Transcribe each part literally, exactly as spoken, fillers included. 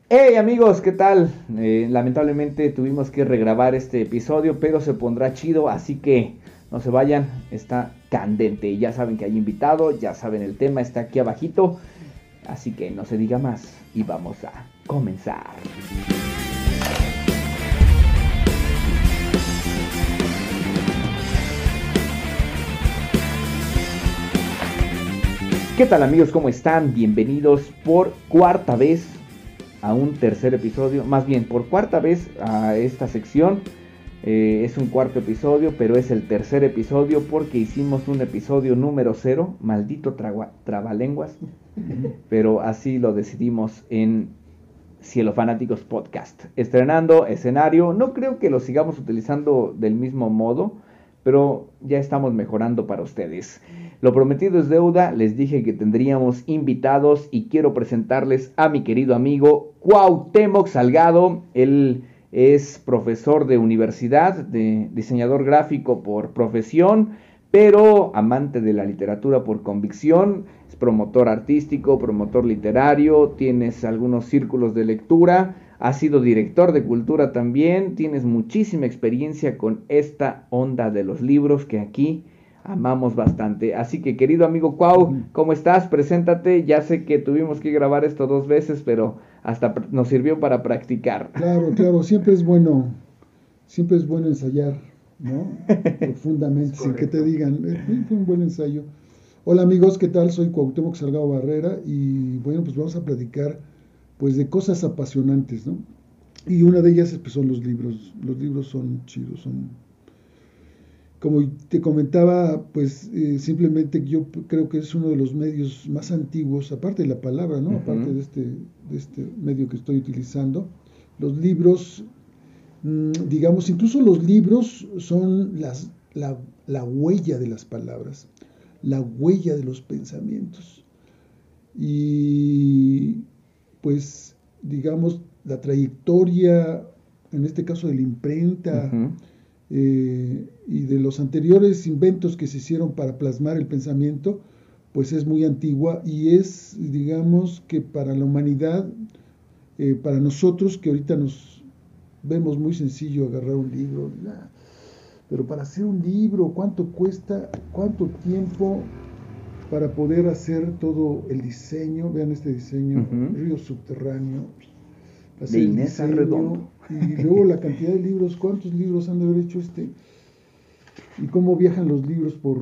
Hey amigos, ¿qué tal? Eh, lamentablemente tuvimos que regrabar este episodio, pero se pondrá chido, así que no se vayan, está candente. Ya saben que hay invitado, ya saben el tema, está aquí abajito, así que no se diga más y vamos a comenzar. ¿Qué tal amigos? ¿Cómo están? Bienvenidos por cuarta vez a un tercer episodio, más bien por cuarta vez a esta sección. Eh, es un cuarto episodio, pero es el tercer episodio porque hicimos un episodio número cero, maldito traba, trabalenguas, pero así lo decidimos en Cielo Fanáticos Podcast. Estrenando escenario, no creo que lo sigamos utilizando del mismo modo, pero ya estamos mejorando para ustedes. Lo prometido es deuda, les dije que tendríamos invitados y quiero presentarles a mi querido amigo Cuauhtémoc Salgado. Él es profesor de universidad, de diseñador gráfico por profesión, pero amante de la literatura por convicción. Es promotor artístico, promotor literario, tienes algunos círculos de lectura, has sido director de cultura también, tienes muchísima experiencia con esta onda de los libros que aquí amamos bastante. Así que, querido amigo Cuau, ¿cómo estás? Preséntate. Ya sé que tuvimos que grabar esto dos veces, pero hasta nos sirvió para practicar. Claro, claro, siempre es bueno, siempre es bueno ensayar, ¿no? Profundamente, sin que te digan, eh, fue un buen ensayo. Hola amigos, ¿qué tal? Soy Cuauhtémoc Salgado Barrera y bueno, pues vamos a platicar pues de cosas apasionantes, ¿no? Y una de ellas pues, son los libros. Los libros son chidos, son... Como te comentaba, pues eh, simplemente yo creo que es uno de los medios más antiguos, aparte de la palabra, ¿no? Uh-huh. Aparte de este, de este medio que estoy utilizando. Los libros, mmm, digamos, incluso los libros son las, la, la huella de las palabras, la huella de los pensamientos. Y pues, digamos, la trayectoria, en este caso de la imprenta, uh-huh. eh, y de los anteriores inventos que se hicieron para plasmar el pensamiento, pues es muy antigua y es, digamos, que para la humanidad, eh, para nosotros que ahorita nos vemos muy sencillo agarrar un libro, nah, pero para hacer un libro, ¿cuánto cuesta? ¿Cuánto tiempo para poder hacer todo el diseño? Vean este diseño, uh-huh. Río subterráneo, de Inés Arredondo. Y luego la cantidad de libros, ¿cuántos libros han de haber hecho este? Y cómo viajan los libros por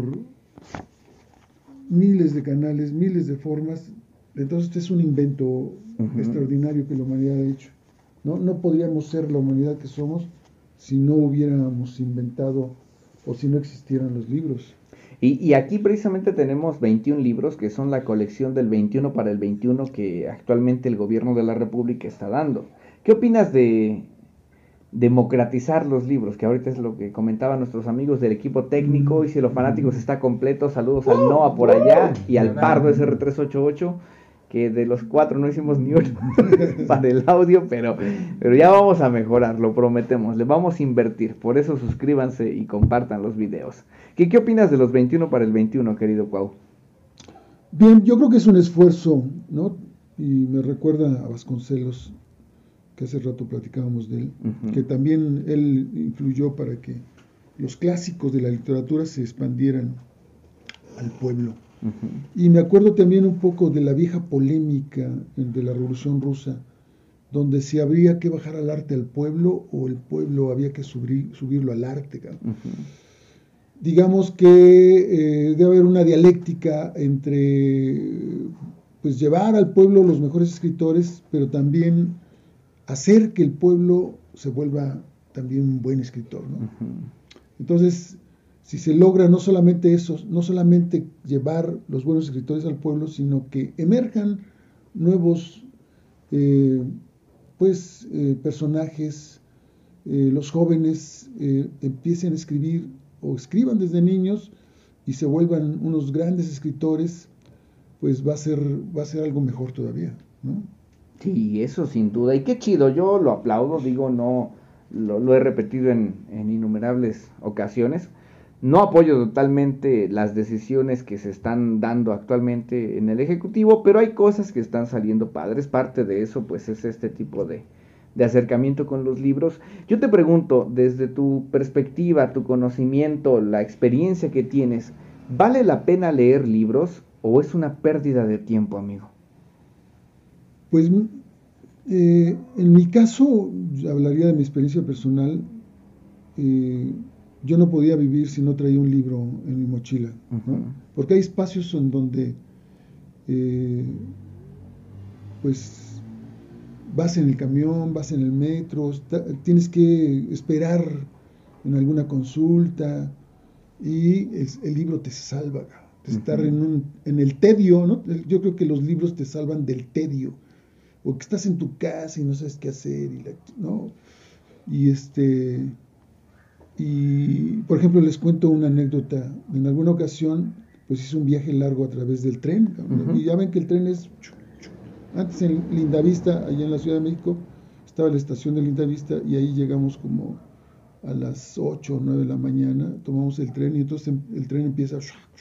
miles de canales, miles de formas. Entonces este es un invento uh-huh. extraordinario que la humanidad ha hecho. ¿No? No podríamos ser la humanidad que somos si no hubiéramos inventado o si no existieran los libros. Y, y aquí precisamente tenemos veintiún libros que son la colección del veintiuno para el veintiuno que actualmente el gobierno de la República está dando. ¿Qué opinas de democratizar los libros? Que ahorita es lo que comentaban nuestros amigos del equipo técnico. Y si los fanáticos está completo, saludos al Noah por allá y al Pardo S R tres ochenta y ocho, que de los cuatro no hicimos ni uno para el audio, pero, pero ya vamos a mejorar, lo prometemos, le vamos a invertir. Por eso suscríbanse y compartan los videos. ¿Qué, qué opinas de los veintiuno para el veintiuno, querido Cuau? Bien, yo creo que es un esfuerzo, ¿no? Y me recuerda a Vasconcelos, que hace rato platicábamos de él, uh-huh. que también él influyó para que los clásicos de la literatura se expandieran al pueblo. Uh-huh. Y me acuerdo también un poco de la vieja polémica de la Revolución Rusa, donde si habría que bajar al arte al pueblo o el pueblo había que subir, subirlo al arte. Uh-huh. Digamos que eh, debe haber una dialéctica entre pues llevar al pueblo los mejores escritores, pero también hacer que el pueblo se vuelva también un buen escritor, ¿no? Uh-huh. Entonces, si se logra no solamente eso, no solamente llevar los buenos escritores al pueblo, sino que emerjan nuevos eh, pues, eh, personajes, eh, los jóvenes eh, empiecen a escribir o escriban desde niños y se vuelvan unos grandes escritores, pues va a ser, va a ser algo mejor todavía, ¿no? Sí, eso sin duda, y qué chido, yo lo aplaudo, digo, no, lo, lo he repetido en, en innumerables ocasiones, No apoyo totalmente las decisiones que se están dando actualmente en el Ejecutivo, pero hay cosas que están saliendo padres. Parte de eso, pues, es este tipo de, de acercamiento con los libros. Yo te pregunto, desde tu perspectiva, tu conocimiento, la experiencia que tienes, ¿vale la pena leer libros o es una pérdida de tiempo, amigo? Pues, eh, en mi caso, hablaría de mi experiencia personal. Eh, yo no podía vivir si no traía un libro en mi mochila, ¿no? Uh-huh. Porque hay espacios en donde eh, pues vas en el camión, vas en el metro, está, tienes que esperar en alguna consulta y es, el libro te salva de uh-huh. estar en, un, en el tedio, ¿no? Yo creo que los libros te salvan del tedio, o que estás en tu casa y no sabes qué hacer, y la, ¿no? Y este... Y, por ejemplo, les cuento una anécdota. En alguna ocasión, pues hice un viaje largo a través del tren. Uh-huh. Y ya ven que el tren es... Antes en Lindavista, allá en la Ciudad de México, estaba la estación de Lindavista y ahí llegamos como a las ocho o nueve de la mañana. Tomamos el tren y entonces el tren empieza...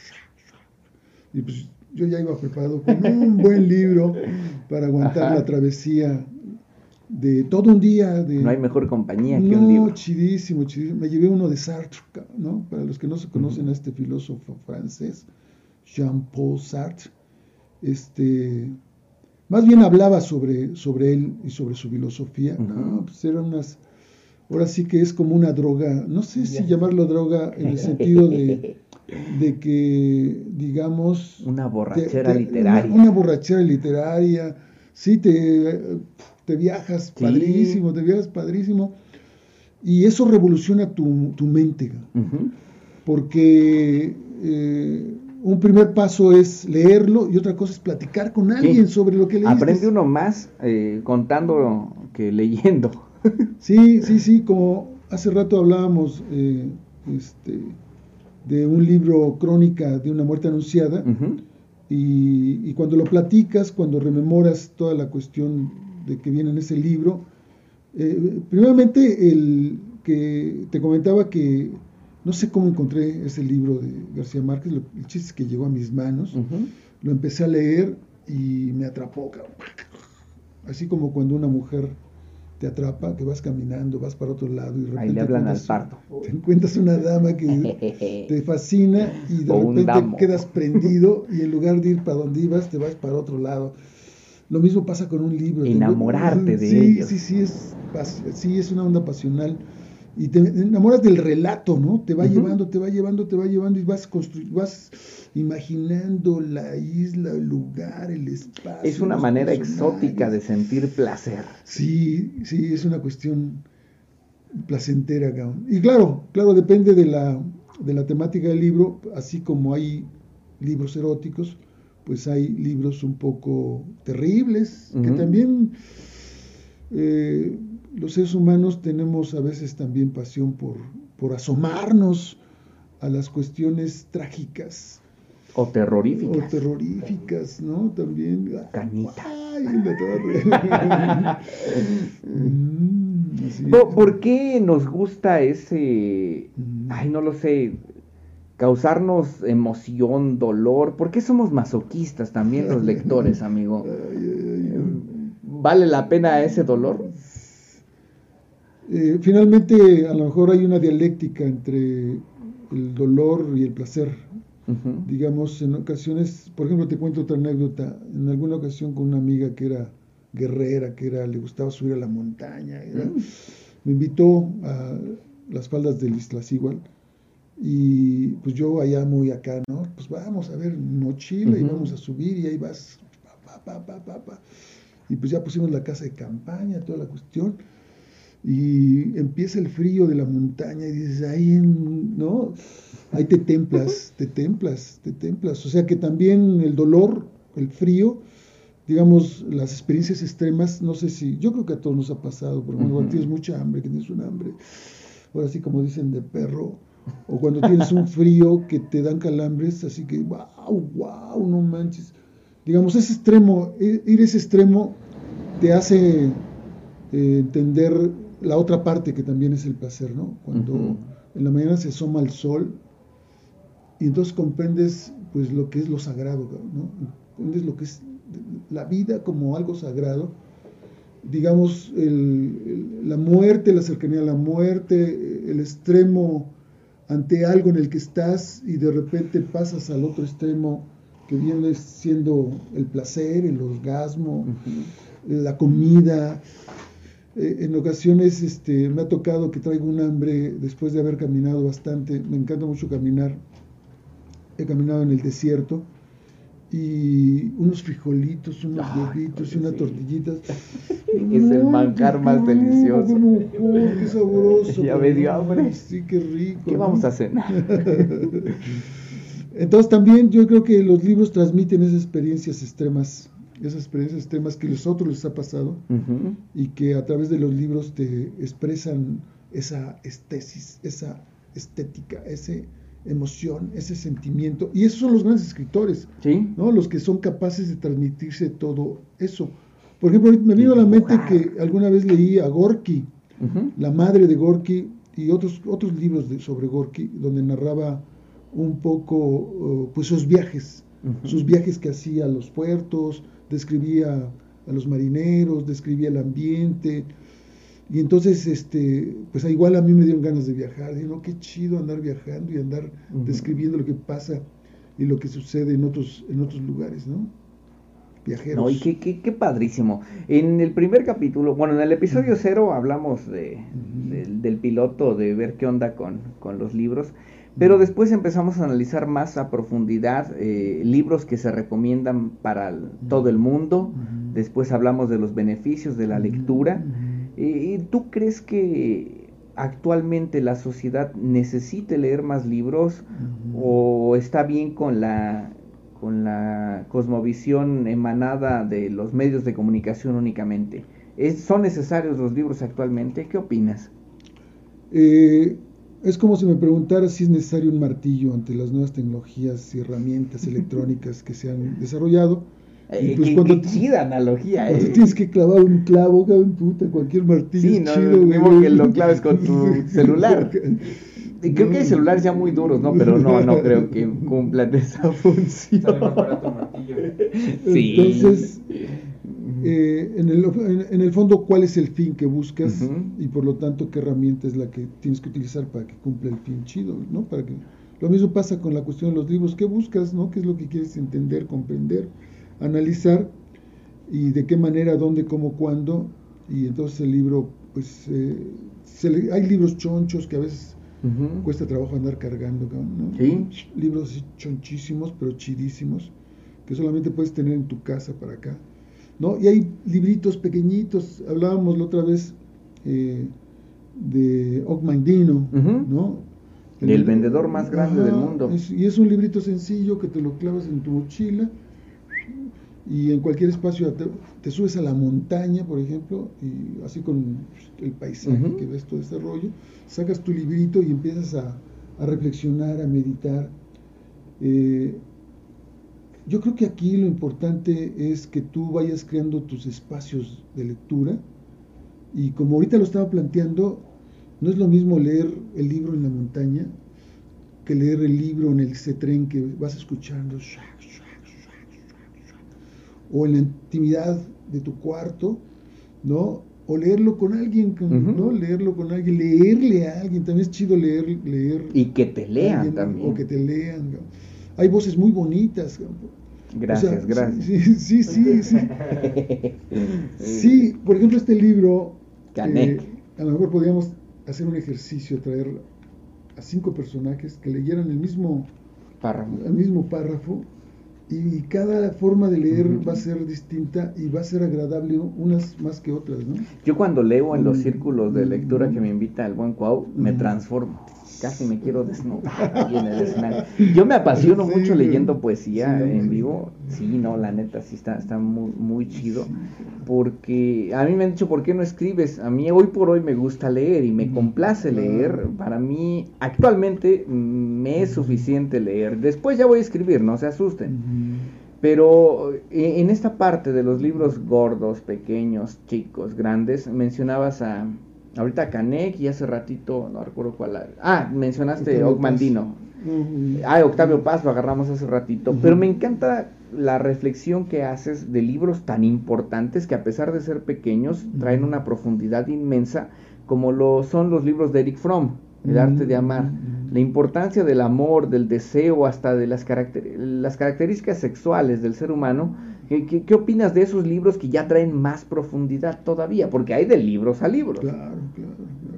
Y pues yo ya iba preparado con un buen libro para aguantar Ajá. la travesía de todo un día. De, no hay mejor compañía que no, un libro. Chidísimo, chidísimo. Me llevé uno de Sartre, ¿no? Para los que no se conocen uh-huh. a este filósofo francés, Jean-Paul Sartre. Este, más bien hablaba sobre, sobre él y sobre su filosofía. Uh-huh. No, pues eran unas... Ahora sí que es como una droga, no sé si llamarlo droga en el sentido de, de que, digamos... Una borrachera te, te, literaria. Una, una borrachera literaria. Sí, te... te viajas sí. padrísimo, te viajas padrísimo, y eso revoluciona tu, tu mente, uh-huh. porque eh, un primer paso es leerlo y otra cosa es platicar con alguien sí. sobre lo que leíste. Aprende uno más eh, contando que leyendo. Sí, sí, sí, como hace rato hablábamos eh, este, de un libro, Crónica de una muerte anunciada, uh-huh. y, y cuando lo platicas, cuando rememoras toda la cuestión de que viene en ese libro, eh, primeramente el que te comentaba que no sé cómo encontré ese libro de García Márquez, lo, el chiste es que llegó a mis manos, uh-huh. lo empecé a leer y me atrapó, así como cuando una mujer te atrapa, que vas caminando, vas para otro lado y de repente ahí le hablan al parto. Te encuentras una dama que te fascina y de o repente quedas prendido y en lugar de ir para donde ibas, te vas para otro lado. Lo mismo pasa con un libro. Enamorarte de sí, ellos. Sí, sí, es, sí, es una onda pasional. Y te enamoras del relato, ¿no? Te va uh-huh. llevando, te va llevando, te va llevando y vas constru- vas imaginando la isla, el lugar, el espacio. Es una manera exótica de sentir placer. Sí, sí, es una cuestión placentera, cabrón. Y claro, claro, depende de la, de la temática del libro, así como hay libros eróticos, pues hay libros un poco terribles, uh-huh. que también eh, los seres humanos tenemos a veces también pasión por, por asomarnos a las cuestiones trágicas. O terroríficas. O terroríficas, ¿no? También. Cañita. Ay, en la torre. mm, ¿Por, ¿Por qué nos gusta ese, mm. ay, no lo sé, causarnos emoción, dolor? ¿Por qué somos masoquistas también los lectores, amigo? Ay, ay, ay. ¿Vale la pena ese dolor? Eh, finalmente, a lo mejor hay una dialéctica entre el dolor y el placer. Uh-huh. Digamos, en ocasiones, por ejemplo, te cuento otra anécdota. En alguna ocasión con una amiga que era guerrera, que era, le gustaba subir a la montaña, era, uh-huh. me invitó a las faldas del Iztaccíhuatl. Y pues yo allá muy acá, ¿no? Pues vamos a ver mochila uh-huh. y vamos a subir y ahí vas, pa, pa, pa, pa, pa. Y pues ya pusimos la casa de campaña, toda la cuestión. Y empieza el frío de la montaña y dices, ahí, ¿no? Ahí te templas, te templas, te templas. O sea que también el dolor, el frío, digamos, las experiencias extremas, no sé si, yo creo que a todos nos ha pasado, porque uh-huh. cuando tienes mucha hambre, que tienes un hambre, ahora sí como dicen de perro, o cuando tienes un frío que te dan calambres, así que, wow, wow, no manches. Digamos, ese extremo, ir a ese extremo te hace eh, entender la otra parte que también es el placer, ¿no? Cuando uh-huh. en la mañana se asoma el sol y entonces comprendes pues lo que es lo sagrado, ¿no? Comprendes lo que es la vida como algo sagrado, digamos, el, el, la muerte, la cercanía a la muerte, el extremo ante algo en el que estás y de repente pasas al otro extremo que viene siendo el placer, el orgasmo, uh-huh. la comida. Eh, en ocasiones este, me ha tocado que traigo un hambre después de haber caminado bastante. Me encanta mucho caminar. He caminado en el desierto y unos frijolitos, unos huevitos y unas sí. tortillitas. Es el manjar más no, delicioso. No, qué sabroso. Ya me dio hambre. Sí, qué rico. ¿Qué ¿no? vamos a cenar? Entonces también yo creo que los libros transmiten esas experiencias extremas, esas experiencias extremas que a los otros les ha pasado uh-huh. y que a través de los libros te expresan esa estesis, esa estética, ese emoción, ese sentimiento, y esos son los grandes escritores, ¿sí? ¿no? Los que son capaces de transmitirse todo eso. Por ejemplo, me vino a la mente que alguna vez leí a Gorky, uh-huh. la madre de Gorky, y otros otros libros de, sobre Gorky, donde narraba un poco uh, pues sus viajes, uh-huh. sus viajes que hacía a los puertos, describía a los marineros, describía el ambiente. Y entonces, este, pues igual a mí me dieron ganas de viajar. Digo, no, qué chido andar viajando y andar uh-huh. describiendo lo que pasa y lo que sucede en otros, en otros lugares, ¿no? Viajeros. No, y qué, qué, qué padrísimo. En el primer capítulo, bueno, en el episodio uh-huh. cero hablamos de, uh-huh. de, del piloto, de ver qué onda con, con los libros, pero uh-huh. después empezamos a analizar más a profundidad eh, libros que se recomiendan para el, uh-huh. todo el mundo. Uh-huh. Después hablamos de los beneficios de la uh-huh. lectura. Uh-huh. ¿Y tú crees que actualmente la sociedad necesite leer más libros uh-huh. o está bien con la con la cosmovisión emanada de los medios de comunicación únicamente? ¿Es, ¿Son necesarios los libros actualmente? ¿Qué opinas? Eh, es como si me preguntara si es necesario un martillo ante las nuevas tecnologías y herramientas electrónicas que se han desarrollado. Eh, pues qué, qué chida analogía, cuando eh. tienes que clavar un clavo, cabrón, puta, cualquier martillo sí, es no, chido, no, güey. que lo claves con tu celular. Y creo que hay celulares ya muy duros, ¿no? Pero no, no creo que cumplan esa función. Sale más barato un martillo. Sí. Entonces, eh, en, el, en, en el fondo, ¿cuál es el fin que buscas? Uh-huh. Y por lo tanto, ¿qué herramienta es la que tienes que utilizar para que cumpla el fin chido, ¿no? Para que... Lo mismo pasa con la cuestión de los libros. ¿Qué buscas, no? ¿Qué es lo que quieres entender, comprender, analizar? Y de qué manera, dónde, cómo, cuándo. Y entonces el libro, pues, eh, se le, hay libros chonchos que a veces uh-huh. cuesta trabajo andar cargando, ¿no? ¿Sí? Libros chonchísimos, pero chidísimos, que solamente puedes tener en tu casa para acá, ¿no? Y hay libritos pequeñitos. Hablábamos la otra vez eh, de Og Mandino, uh-huh. ¿no? El, el vendedor más grande ajá, del mundo. Es, y es un librito sencillo que te lo clavas en tu mochila y en cualquier espacio te, te subes a la montaña, por ejemplo, y así con el paisaje uh-huh. que ves todo este rollo, sacas tu librito y empiezas a, a reflexionar, a meditar. Eh, yo creo que aquí lo importante es que tú vayas creando tus espacios de lectura, y como ahorita lo estaba planteando, no es lo mismo leer el libro en la montaña que leer el libro en ese tren que vas escuchando, o en la intimidad de tu cuarto, ¿no? O leerlo con alguien, ¿no? Uh-huh. Leerlo con alguien, leerle a alguien, también es chido leer, leer. Y que te lean alguien, también. O que te lean, ¿no? Hay voces muy bonitas. Gracias, o sea, gracias. Sí, sí, sí, sí. Sí, por ejemplo, este libro, eh, a lo mejor podríamos hacer un ejercicio, traer a cinco personajes que leyeran el mismo párrafo, el mismo párrafo, y cada forma de leer uh-huh. va a ser distinta y va a ser agradable unas más que otras, ¿no? Yo cuando leo en los círculos de lectura que me invita el buen Cuau, uh-huh. me transformo, casi me quiero desnudar ahí en el escenario. Yo me apasiono sí, mucho leyendo poesía sí, en vivo, sí, no, la neta, sí está, está muy, muy chido, porque a mí me han dicho, ¿por qué no escribes? A mí hoy por hoy me gusta leer y me complace leer. Para mí, actualmente, me es suficiente leer. Después ya voy a escribir, no se asusten. Pero en esta parte de los libros gordos, pequeños, chicos, grandes, mencionabas a... ahorita a Canek y hace ratito, no recuerdo cuál. Ah, mencionaste Og Mandino. Uh-huh. Ah, Octavio Paz, lo agarramos hace ratito. Uh-huh. Pero me encanta la reflexión que haces de libros tan importantes que a pesar de ser pequeños, uh-huh, traen una profundidad inmensa, como lo son los libros de Erich Fromm, El uh-huh, arte de amar. Uh-huh. La importancia del amor, del deseo, hasta de las, caracter- las características sexuales del ser humano. ¿Qué, qué, ¿Qué opinas de esos libros que ya traen más profundidad todavía? Porque hay de libros a libros. Claro, claro, claro.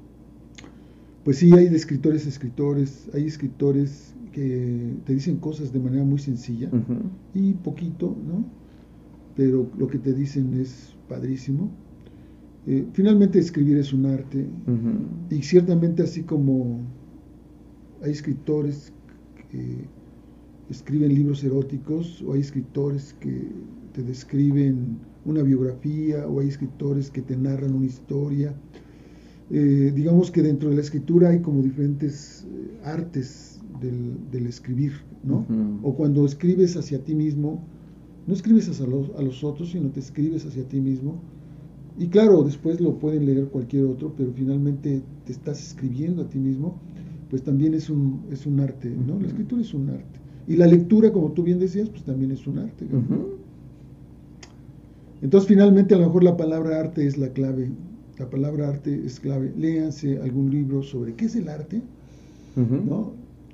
Pues sí, hay de escritores a escritores, hay escritores que te dicen cosas de manera muy sencilla, uh-huh, y poquito, ¿no? Pero lo que te dicen es padrísimo. Eh, finalmente escribir es un arte, uh-huh, y ciertamente así como hay escritores que escriben libros eróticos, o hay escritores que te describen una biografía, o hay escritores que te narran una historia. Eh, digamos que dentro de la escritura hay como diferentes eh, artes del, del escribir, ¿no? Uh-huh. O cuando escribes hacia ti mismo, no escribes hacia los, a los otros, sino te escribes hacia ti mismo. Y claro, después lo pueden leer cualquier otro, pero finalmente te estás escribiendo a ti mismo, pues también es un, es un arte, ¿no? Uh-huh. La escritura es un arte. Y la lectura, como tú bien decías, pues también es un arte, ¿no? Uh-huh. Entonces, finalmente, a lo mejor la palabra arte es la clave. La palabra arte es clave. Léanse algún libro sobre qué es el arte, uh-huh, ¿no?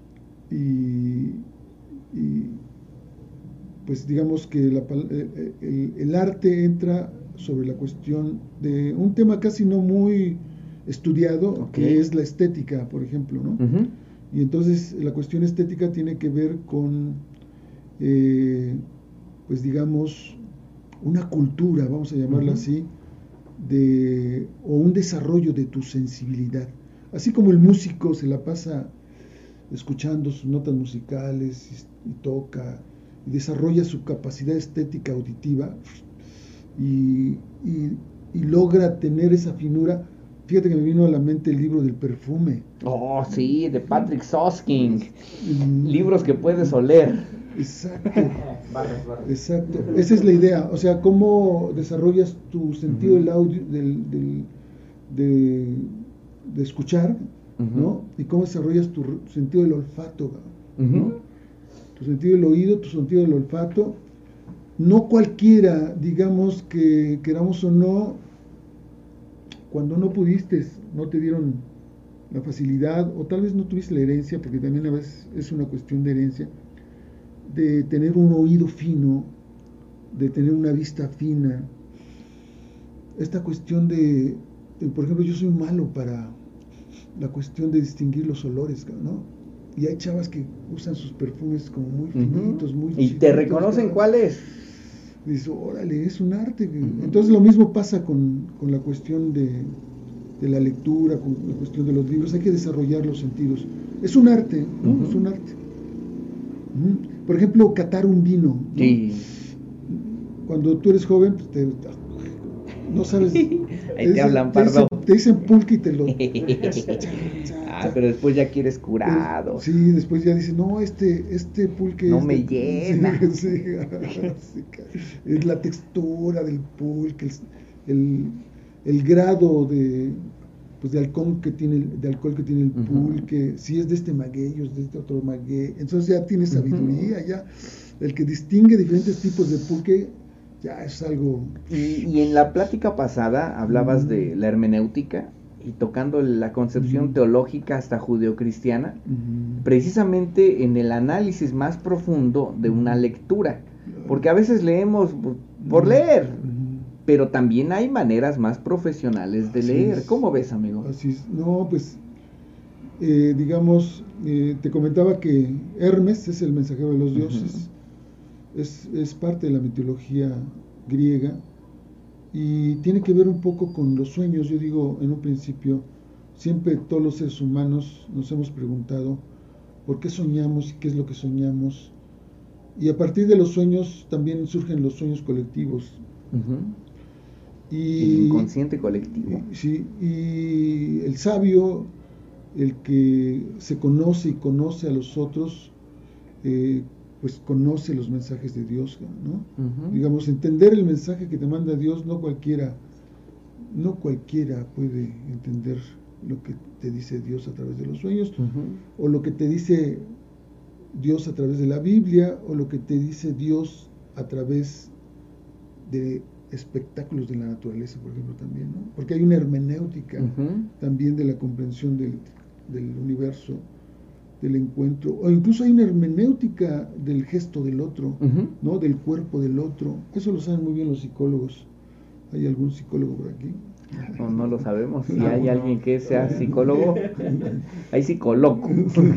Y, y pues digamos que la, el, el, el arte entra sobre la cuestión de un tema casi no muy estudiado, okay, que es la estética, por ejemplo, ¿no? Uh-huh. Y entonces la cuestión estética tiene que ver con, eh, pues digamos, una cultura, vamos a llamarla, uh-huh, así, de, o un desarrollo de tu sensibilidad. Así como el músico se la pasa escuchando sus notas musicales y, y toca, y desarrolla su capacidad estética auditiva y, y, y logra tener esa finura. Fíjate que me vino a la mente el libro del perfume. Oh, sí, de Patrick Susskind. Mm. Libros que puedes oler. Exacto. barras, barras. Exacto. Esa es la idea. O sea, cómo desarrollas tu sentido uh-huh, del audio, del, del, de, de escuchar, uh-huh, ¿no? Y cómo desarrollas tu sentido del olfato, ¿no? Uh-huh. Tu sentido del oído, tu sentido del olfato. No cualquiera, digamos que queramos o no, cuando no pudiste, no te dieron la facilidad, o tal vez no tuviste la herencia, porque también a veces es una cuestión de herencia, de tener un oído fino, de tener una vista fina. Esta cuestión de, de, por ejemplo, yo soy malo para la cuestión de distinguir los olores, ¿no? Y hay chavas que usan sus perfumes como muy finitos, uh-huh, muy y te reconocen cuál es. Dices, órale, es un arte. Uh-huh. Entonces lo mismo pasa con, con la cuestión de, de la lectura, con la cuestión de los libros. Hay que desarrollar los sentidos. Es un arte, ¿no? Uh-huh. Es un arte. Uh-huh. Por ejemplo, catar un vino, ¿no? Sí. Cuando tú eres joven, pues te, no sabes. Ahí te, te hablan, te dicen, te dicen pulque y te lo. Ah, pero después ya quieres curado. Sí, después ya dices, no, este, este pulque. No es me de, llena. Sí, sí, sí, es la textura del pulque, el, el, el grado de, pues de alcohol que tiene el, de alcohol que tiene el pulque, uh-huh, si es de este maguey o es de este otro maguey. Entonces ya tienes sabiduría, uh-huh, ya. El que distingue diferentes tipos de pulque ya es algo. Y, y en la plática pasada hablabas uh-huh, de la hermenéutica y tocando la concepción uh-huh, teológica hasta judeocristiana, uh-huh, precisamente en el análisis más profundo de una lectura, porque a veces leemos por uh-huh, leer, uh-huh, pero también hay maneras más profesionales de Así leer. Es. ¿Cómo ves, amigo? Así es. No, pues eh, digamos, eh, te comentaba que Hermes es el mensajero de los dioses. Uh-huh. Es, es parte de la mitología griega y tiene que ver un poco con los sueños. Yo digo, en un principio, siempre todos los seres humanos nos hemos preguntado por qué soñamos y qué es lo que soñamos. Y a partir de los sueños también surgen los sueños colectivos. Uh-huh. Y, el inconsciente colectivo. Y, sí, y el sabio, el que se conoce y conoce a los otros, eh, pues conoce los mensajes de Dios, ¿no? Uh-huh. Digamos, entender el mensaje que te manda Dios, no cualquiera, no cualquiera puede entender lo que te dice Dios a través de los sueños, Uh-huh. o lo que te dice Dios a través de la Biblia, o lo que te dice Dios a través de espectáculos de la naturaleza, por ejemplo, también, ¿no? Porque hay una hermenéutica Uh-huh. también de la comprensión del, del universo, del encuentro, o incluso hay una hermenéutica del gesto del otro, Uh-huh. ¿no? Del cuerpo del otro. Eso lo saben muy bien los psicólogos. ¿Hay algún psicólogo por aquí? No, no lo sabemos. Si No, hay no. alguien que sea psicólogo, hay psicólogo.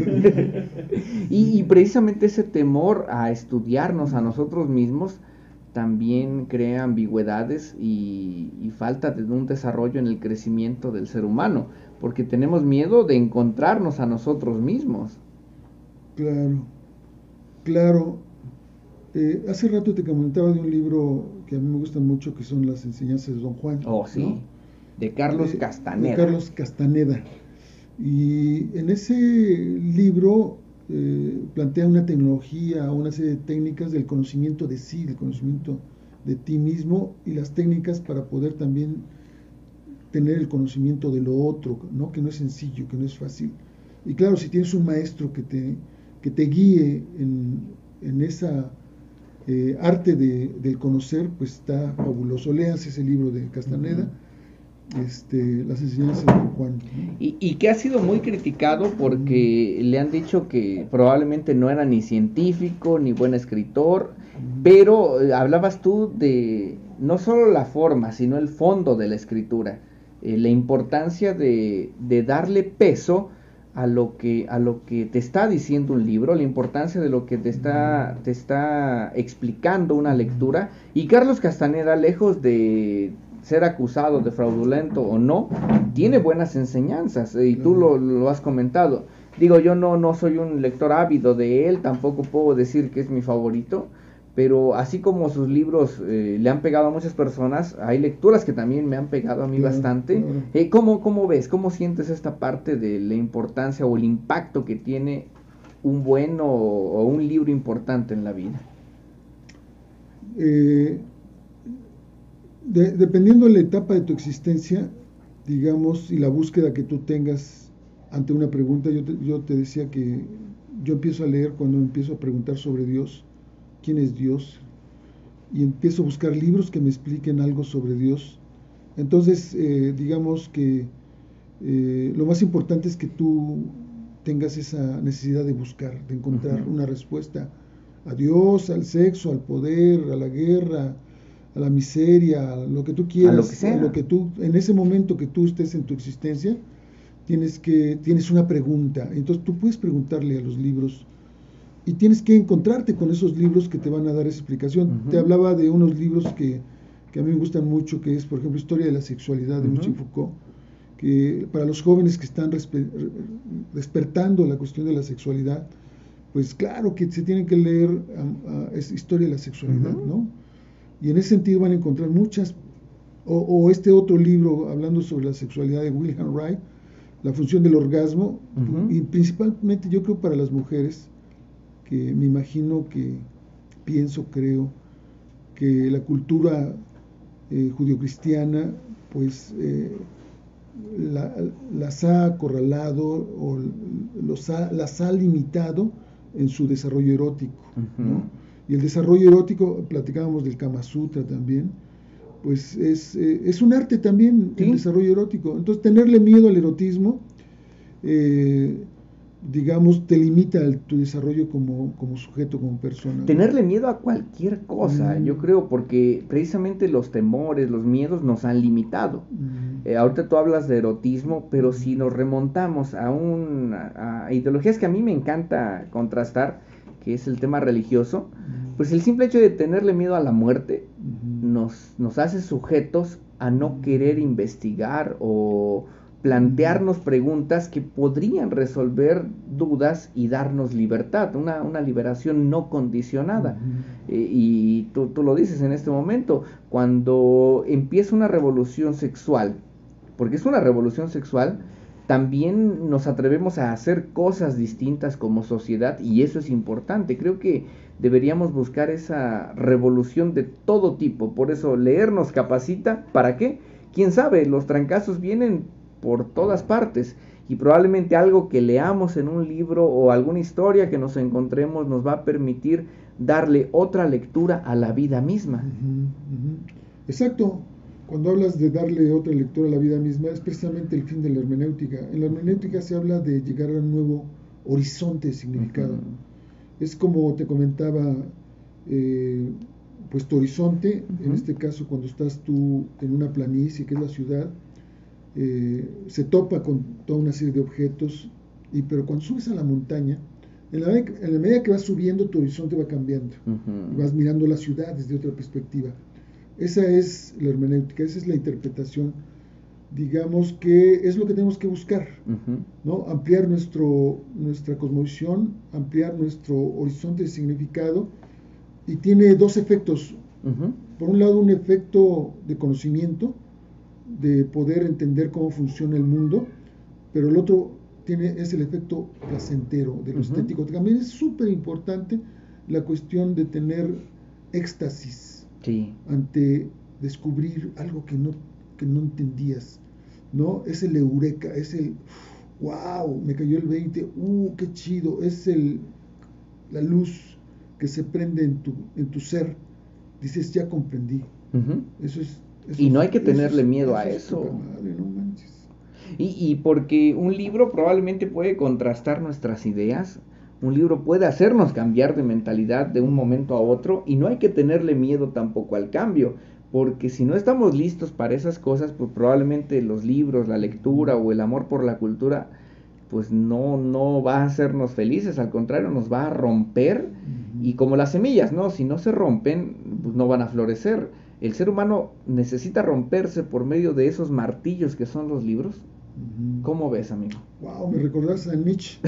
y, y precisamente ese temor a estudiarnos a nosotros mismos también crea ambigüedades y, y falta de un desarrollo en el crecimiento del ser humano, porque tenemos miedo de encontrarnos a nosotros mismos. Claro, claro. Eh, hace rato te comentaba de un libro que a mí me gusta mucho, que son las enseñanzas de Don Juan. Oh, sí, ¿no? de Carlos de, Castaneda. De Carlos Castaneda. Y en ese libro eh, plantea una tecnología, una serie de técnicas del conocimiento de sí, del conocimiento de ti mismo, y las técnicas para poder también tener el conocimiento de lo otro, ¿no? Que no es sencillo, que no es fácil. Y claro, si tienes un maestro que te, que te guíe en, en esa eh, arte de, del conocer, pues está fabuloso. Leas ese libro de Castaneda. Uh-huh. Este, las enseñanzas de Juan. Y, y que ha sido muy criticado porque le han dicho que probablemente no era ni científico ni buen escritor, pero eh, hablabas tú de no solo la forma, sino el fondo de la escritura, eh, la importancia de, de darle peso a lo que a lo que te está diciendo un libro, la importancia de lo que te está te está explicando una lectura. Y Carlos Castaneda, lejos de ser acusado de fraudulento o no, tiene buenas enseñanzas, y tú lo, lo has comentado. Digo, yo no, no soy un lector ávido de él, tampoco puedo decir que es mi favorito, pero así como sus libros eh, le han pegado a muchas personas, hay lecturas que también me han pegado a mí claro, bastante. Claro. Eh, ¿cómo, ¿Cómo ves? ¿Cómo sientes esta parte de la importancia o el impacto que tiene un buen o, o un libro importante en la vida? Eh... De, dependiendo de la etapa de tu existencia, digamos, y la búsqueda que tú tengas ante una pregunta, yo te, yo te decía que yo empiezo a leer cuando empiezo a preguntar sobre Dios, quién es Dios, y empiezo a buscar libros que me expliquen algo sobre Dios. Entonces, eh, digamos que eh, lo más importante es que tú tengas esa necesidad de buscar, de encontrar uh-huh. una respuesta a Dios, al sexo, al poder, a la guerra, a la miseria, a lo que tú quieras, a lo que sea. A lo que tú, en ese momento que tú estés en tu existencia, tienes que, tienes una pregunta, entonces tú puedes preguntarle a los libros y tienes que encontrarte con esos libros que te van a dar esa explicación. Uh-huh. Te hablaba de unos libros que, que a mí me gustan mucho, que es, por ejemplo, Historia de la Sexualidad de uh-huh. Michel Foucault, que para los jóvenes que están respe- despertando la cuestión de la sexualidad, pues claro que se tienen que leer um, uh, es Historia de la Sexualidad, uh-huh. ¿no? Y en ese sentido van a encontrar muchas, o, o este otro libro hablando sobre la sexualidad de Wilhelm Reich, La función del orgasmo, uh-huh. y principalmente yo creo para las mujeres, que me imagino que, pienso, creo, que la cultura eh, judio-cristiana, pues eh, la, las ha acorralado o los ha, las ha limitado en su desarrollo erótico, uh-huh. ¿no? Y el desarrollo erótico, platicábamos del Kama Sutra también, pues es, eh, es un arte también, ¿sí? El desarrollo erótico. Entonces, tenerle miedo al erotismo, eh, digamos, te limita el, tu desarrollo como, como sujeto, como persona. Tenerle miedo a cualquier cosa, mm. yo creo, porque precisamente los temores, los miedos nos han limitado. Mm. Eh, ahorita tú hablas de erotismo, pero si nos remontamos a, un, a, a ideologías que a mí me encanta contrastar, que es el tema religioso, pues el simple hecho de tenerle miedo a la muerte uh-huh. nos, nos hace sujetos a no querer investigar o plantearnos preguntas que podrían resolver dudas y darnos libertad, una, una liberación no condicionada. Uh-huh. Eh, y tú, tú lo dices en este momento, cuando empieza una revolución sexual, porque es una revolución sexual, también nos atrevemos a hacer cosas distintas como sociedad, y eso es importante. Creo que deberíamos buscar esa revolución de todo tipo. Por eso leer nos capacita. ¿Para qué? Quién sabe, los trancazos vienen por todas partes. Y probablemente algo que leamos en un libro o alguna historia que nos encontremos nos va a permitir darle otra lectura a la vida misma. Uh-huh, uh-huh. Exacto. Cuando hablas de darle otra lectura a la vida misma, es precisamente el fin de la hermenéutica. En la hermenéutica se habla de llegar a un nuevo horizonte de significado. Uh-huh. Es como te comentaba, eh, pues tu horizonte, uh-huh. en este caso cuando estás tú en una planicie que es la ciudad, eh, se topa con toda una serie de objetos, y, pero cuando subes a la montaña, en la, en la medida que vas subiendo, tu horizonte va cambiando, uh-huh. y vas mirando la ciudad desde otra perspectiva. Esa es la hermenéutica, esa es la interpretación, digamos que es lo que tenemos que buscar, uh-huh. ¿no? Ampliar nuestro, nuestra cosmovisión, ampliar nuestro horizonte de significado, y tiene dos efectos. Uh-huh. Por un lado, un efecto de conocimiento, de poder entender cómo funciona el mundo, pero el otro tiene, es el efecto placentero, de lo uh-huh. estético. También es súper importante la cuestión de tener éxtasis, sí. ante descubrir algo que no, que no entendías, ¿no? Es el eureka, es el wow, me cayó el veinte, uh, qué chido, es el, la luz que se prende en tu, en tu ser, dices, ya comprendí. Uh-huh. Eso es, eso y no es, hay que tenerle es, miedo eso a es eso. Madre, no manches. Y, y porque un libro probablemente puede contrastar nuestras ideas, un libro puede hacernos cambiar de mentalidad de un momento a otro, y no hay que tenerle miedo tampoco al cambio, porque si no estamos listos para esas cosas, pues probablemente los libros, la lectura o el amor por la cultura, pues no, no va a hacernos felices, al contrario, nos va a romper, uh-huh. y como las semillas, ¿no? Si no se rompen, pues no van a florecer. El ser humano necesita romperse por medio de esos martillos que son los libros. Uh-huh. ¿Cómo ves, amigo? Wow, me recordaste a Nietzsche.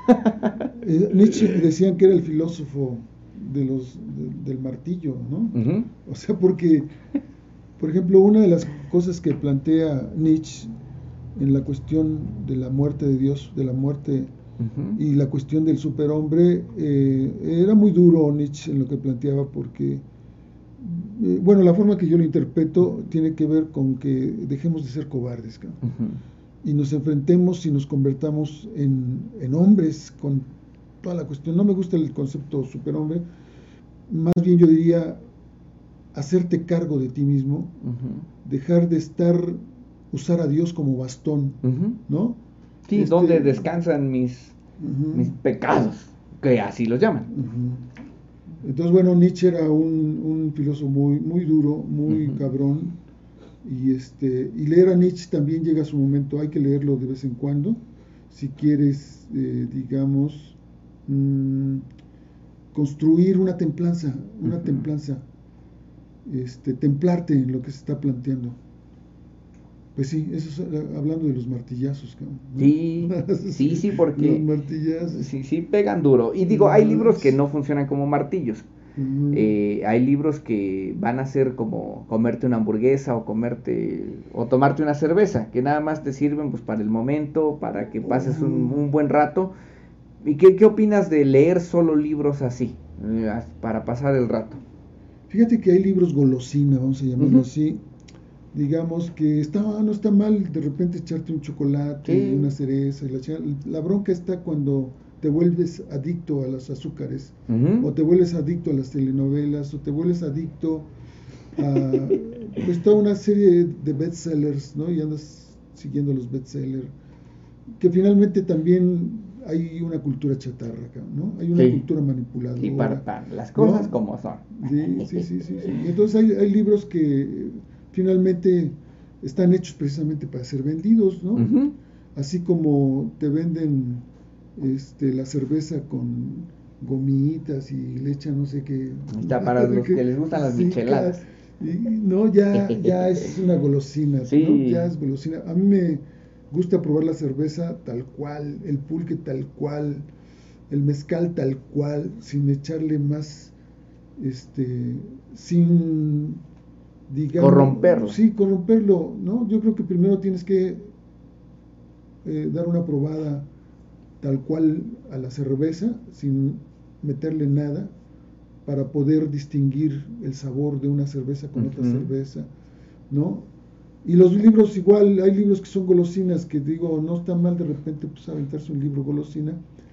eh, Nietzsche decían que era el filósofo de los de, del martillo, ¿no? Uh-huh. O sea, porque, por ejemplo, una de las cosas que plantea Nietzsche en la cuestión de la muerte de Dios, de la muerte, uh-huh. y la cuestión del superhombre, eh, era muy duro Nietzsche en lo que planteaba, porque, eh, bueno, la forma que yo lo interpreto tiene que ver con que dejemos de ser cobardes, ¿no? Uh-huh. Y nos enfrentemos y nos convertamos en, en hombres con toda la cuestión. No me gusta el concepto superhombre, más bien yo diría hacerte cargo de ti mismo, uh-huh. dejar de estar, usar a Dios como bastón, uh-huh. ¿no? Sí, este, donde descansan mis, uh-huh. mis pecados, que así los llaman. Uh-huh. Entonces, bueno, Nietzsche era un, un filósofo muy, muy duro, muy uh-huh. cabrón, y este y leer a Nietzsche también llega a su momento, hay que leerlo de vez en cuando, si quieres, eh, digamos, mmm, construir una templanza, una uh-huh. templanza, este, templarte en lo que se está planteando. Pues sí, eso es hablando de los martillazos, ¿no? Sí, sí, sí, porque los martillazos. Sí, sí, pegan duro. Y digo, hay libros que no funcionan como martillos. Uh-huh. Eh, hay libros que van a ser como comerte una hamburguesa o comerte o tomarte una cerveza, que nada más te sirven pues para el momento, para que pases uh-huh. un, un buen rato. ¿Y qué, qué opinas de leer solo libros así, eh, para pasar el rato? Fíjate que hay libros golosina, vamos a llamarlo uh-huh. así. Digamos que está, no está mal de repente echarte un chocolate, sí. una cereza. Y la, la bronca está cuando te vuelves adicto a los azúcares, uh-huh. o te vuelves adicto a las telenovelas, o te vuelves adicto a pues toda una serie de bestsellers, ¿no? Y andas siguiendo los bestsellers, que finalmente también hay una cultura chatarra acá, ¿no? Hay una sí. cultura manipuladora. Sí, para, para las cosas, ¿no? Como son. Sí, sí, sí, sí, sí. Y entonces hay, hay libros que finalmente están hechos precisamente para ser vendidos, ¿no? Uh-huh. Así como te venden este, la cerveza con gomitas y le echan no sé qué. Está para los que, que les gustan las micheladas. Y, no, ya, ya es una golosina, sí. ¿no? Ya es golosina. A mí me gusta probar la cerveza tal cual, el pulque tal cual, el mezcal tal cual, sin echarle más, este, sin, digamos, corromperlo. Sí, corromperlo, ¿no? Yo creo que primero tienes que eh, dar una probada tal cual a la cerveza, sin meterle nada, para poder distinguir el sabor de una cerveza con uh-huh. otra cerveza, ¿no? Y los libros igual, hay libros que son golosinas, que digo, no está mal de repente pues aventarse un libro golosina,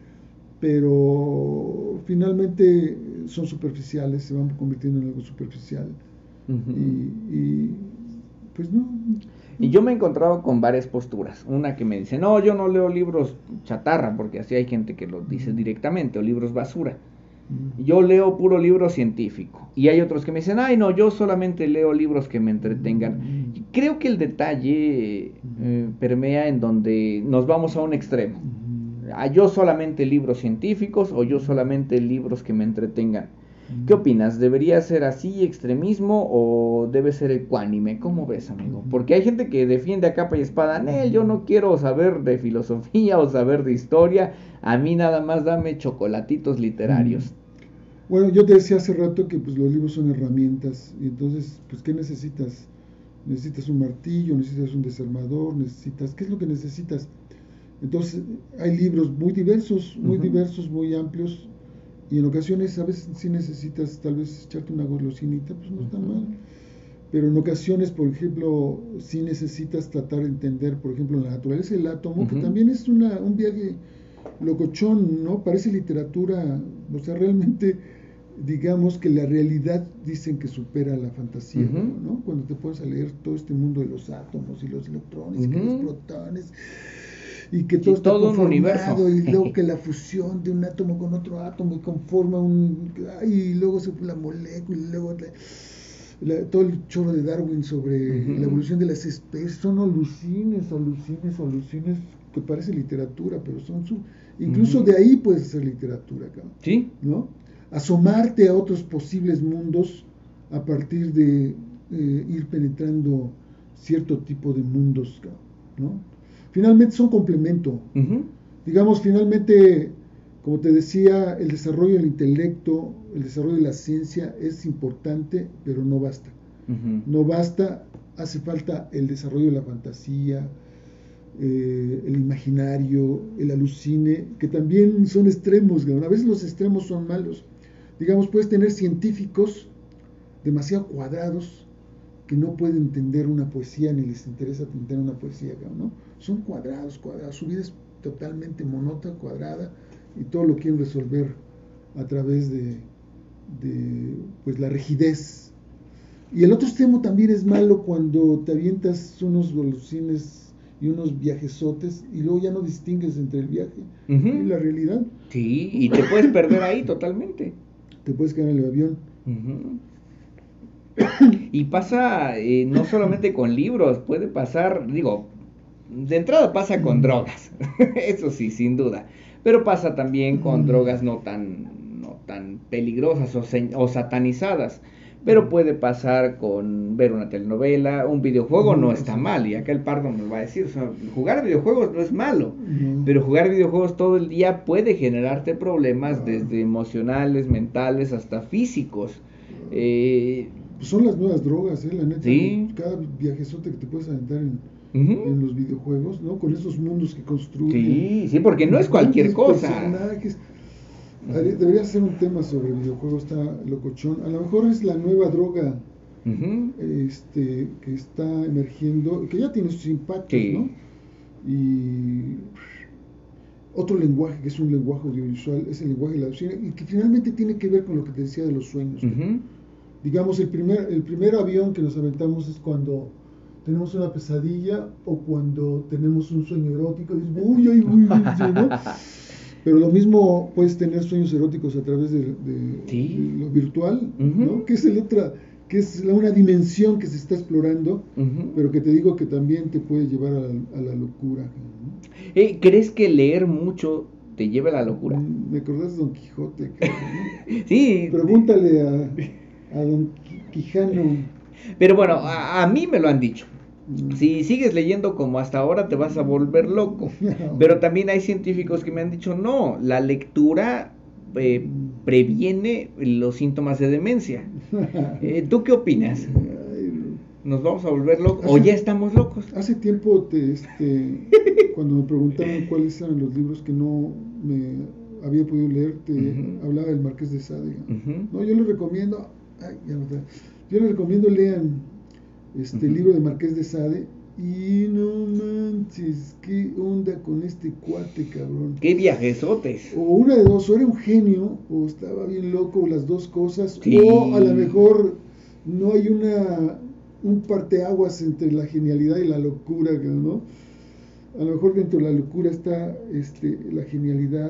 pero finalmente son superficiales, se van convirtiendo en algo superficial. Uh-huh. y, y pues no. Y yo me he encontrado con varias posturas. Una que me dice, no, yo no leo libros chatarra, porque así hay gente que lo dice directamente, o libros basura. Yo leo puro libro científico. Y hay otros que me dicen, ay no, yo solamente leo libros que me entretengan. Creo que el detalle eh, permea en donde nos vamos a un extremo. Ah, yo solamente libros científicos o yo solamente libros que me entretengan. ¿Qué opinas? ¿Debería ser así, extremismo, o debe ser ecuánime? ¿Cómo ves, amigo? Porque hay gente que defiende a capa y espada, Nel, yo no quiero saber de filosofía o saber de historia, a mí nada más dame chocolatitos literarios. Bueno, yo te decía hace rato que pues los libros son herramientas, y entonces, pues, ¿qué necesitas? Necesitas un martillo, necesitas un desarmador, necesitas, ¿qué es lo que necesitas? Entonces, hay libros muy diversos, muy uh-huh. diversos, muy amplios, y en ocasiones, a veces sí necesitas tal vez echarte una golosinita, pues no está uh-huh. mal. Pero en ocasiones, por ejemplo, sí necesitas tratar de entender, por ejemplo, la naturaleza del átomo, uh-huh. que también es una, un viaje locochón, ¿no? Parece literatura, o sea, realmente, digamos que la realidad dicen que supera la fantasía, uh-huh. ¿no? Cuando te pones a leer todo este mundo de los átomos y los electrones, uh-huh. y que los protones, y que todo y está todo conformado, y luego que la fusión de un átomo con otro átomo y conforma un, y luego se la molécula, y luego la, la, todo el chorro de Darwin sobre uh-huh. la evolución de las especies, son alucines, alucines, alucines, que parece literatura, pero son su, incluso uh-huh. de ahí puedes hacer literatura, cabrón, ¿sí? ¿no? Asomarte a otros posibles mundos a partir de eh, ir penetrando cierto tipo de mundos, ¿no? Finalmente son complemento. Uh-huh. Digamos, finalmente, como te decía, el desarrollo del intelecto, el desarrollo de la ciencia es importante, pero no basta. Uh-huh. No basta, hace falta el desarrollo de la fantasía, eh, el imaginario, el alucine, que también son extremos. A veces los extremos son malos. Digamos, puedes tener científicos demasiado cuadrados que no pueden entender una poesía ni les interesa entender una poesía, ¿no? Son cuadrados, cuadrados, su vida es totalmente monótona, cuadrada, y todo lo quieren resolver a través de, de pues, la rigidez. Y el otro extremo también es malo cuando te avientas unos golosines y unos viajesotes y luego ya no distingues entre el viaje uh-huh. y la realidad. Sí, y te puedes perder ahí totalmente. Te puedes quedar en el avión. Uh-huh. Y pasa eh, no solamente con libros, puede pasar, digo, de entrada pasa con uh-huh. drogas, eso sí, sin duda, pero pasa también con uh-huh. drogas no tan, no tan peligrosas o, se, o satanizadas, pero puede pasar con ver una telenovela, un videojuego no está mal, y acá el Pardo me va a decir, o sea, jugar videojuegos no es malo, no. pero jugar videojuegos todo el día puede generarte problemas no. desde emocionales, mentales, hasta físicos. Eh, pues son las nuevas drogas, eh, la neta, ¿sí? Cada viajezote que te puedes aventar en, uh-huh. en los videojuegos, ¿no? Con esos mundos que construyen. Sí, sí, porque no es cualquier cosa. Personajes. Debería ser un tema sobre videojuegos, está locochón. A lo mejor es la nueva droga uh-huh. este, que está emergiendo, que ya tiene sus impactos, sí. ¿no? Y otro lenguaje, que es un lenguaje audiovisual, es el lenguaje de la alucina, y que finalmente tiene que ver con lo que te decía de los sueños. Uh-huh. Digamos, el primer, el primer avión que nos aventamos es cuando tenemos una pesadilla o cuando tenemos un sueño erótico, y dices, uy, uy, uy, uy, ¿no? Pero lo mismo puedes tener sueños eróticos a través de, de, ¿sí? de lo virtual, uh-huh. ¿no? Que es el otra, que es la, una dimensión que se está explorando, uh-huh. pero que te digo que también te puede llevar a la, a la locura, ¿no? Eh, ¿crees que leer mucho te lleva a la locura? Me acordás de Don Quijote, ¿no? Sí. Pregúntale a, a Don Quijano. Pero bueno, a, a mí me lo han dicho. Si sigues leyendo como hasta ahora te vas a volver loco. Pero también hay científicos que me han dicho no, la lectura eh, previene los síntomas de demencia. Eh, ¿Tú qué opinas? ¿Nos vamos a volver locos hace, o ya estamos locos? Hace tiempo te, este, cuando me preguntaban cuáles eran los libros que no me había podido leer, te uh-huh. hablaba del Marqués de Sade. Uh-huh. No, yo les recomiendo, ay, ya no, yo les recomiendo lean este Ujú. libro de Marqués de Sade, y no manches, qué onda con este cuate, cabrón. ¡Qué viajesotes! O una de dos, o era un genio, o estaba bien loco, o las dos cosas, o a lo Sí. mejor no hay una un parteaguas entre la genialidad y la locura, ¿no? A lo mejor dentro de la locura está este, la genialidad,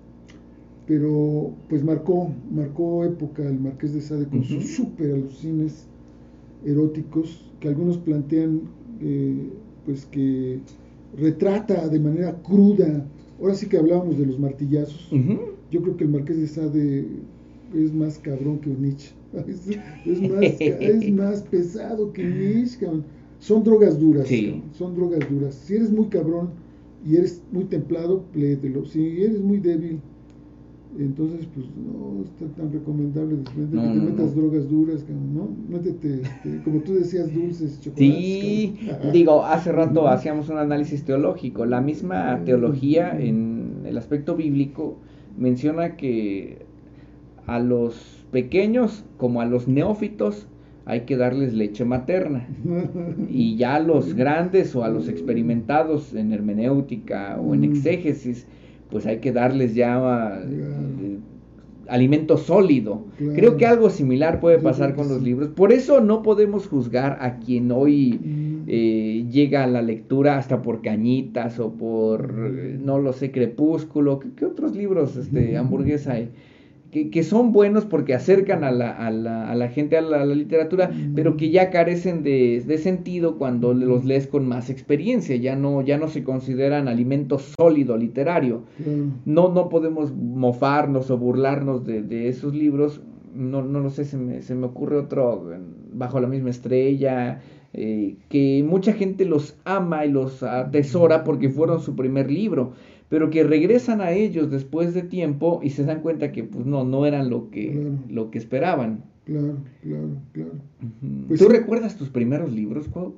pero pues marcó, marcó época el Marqués de Sade con sus Ujú. súper alucines eróticos, que algunos plantean eh, pues que retrata de manera cruda. Ahora sí que hablábamos de los martillazos. Ujú. Yo creo que el Marqués de Sade es más cabrón que Nietzsche. Es, es, más, es más pesado que Nietzsche, cabrón. Son drogas duras, Sí. cabrón. Son drogas duras. Si eres muy cabrón y eres muy templado, léetelo. Si eres muy débil, entonces pues no está tan recomendable después de No, que te no, metas no. drogas duras, cabrón, ¿no? Métete, este, como tú decías, dulces, chocolates, Sí, cabrón. digo, hace rato Ujú. hacíamos un análisis teológico. La misma teología en el aspecto bíblico menciona que a los pequeños como a los neófitos hay que darles leche materna. Y ya a los grandes o a los experimentados en hermenéutica o en Mm, exégesis, pues hay que darles ya claro, eh, alimento sólido. Creo que claro. algo similar puede Yo creo pasar que con los sí. libros. Por eso no podemos juzgar a quien hoy Mm, eh, llega a la lectura hasta por Cañitas o por, eh, mm. no lo sé, Crepúsculo. ¿Qué, qué otros libros, este, hamburguesa hay? Que, que son buenos porque acercan a la, a la, a la gente a la, a la literatura, pero que Mm, ya carecen de, de sentido cuando los mm, lees con más experiencia, ya no, ya no se consideran alimento sólido literario. claro. No, no podemos mofarnos o burlarnos de, de esos libros. No, no lo sé, se me, se me ocurre otro, Bajo la misma estrella, eh, que mucha gente los ama y los atesora porque fueron su primer libro, pero que regresan a ellos después de tiempo y se dan cuenta que pues no, no eran lo que, Claro, lo que esperaban. claro, claro, claro. Ujú. Pues ¿Tú sí, recuerdas tus primeros libros, Cuau?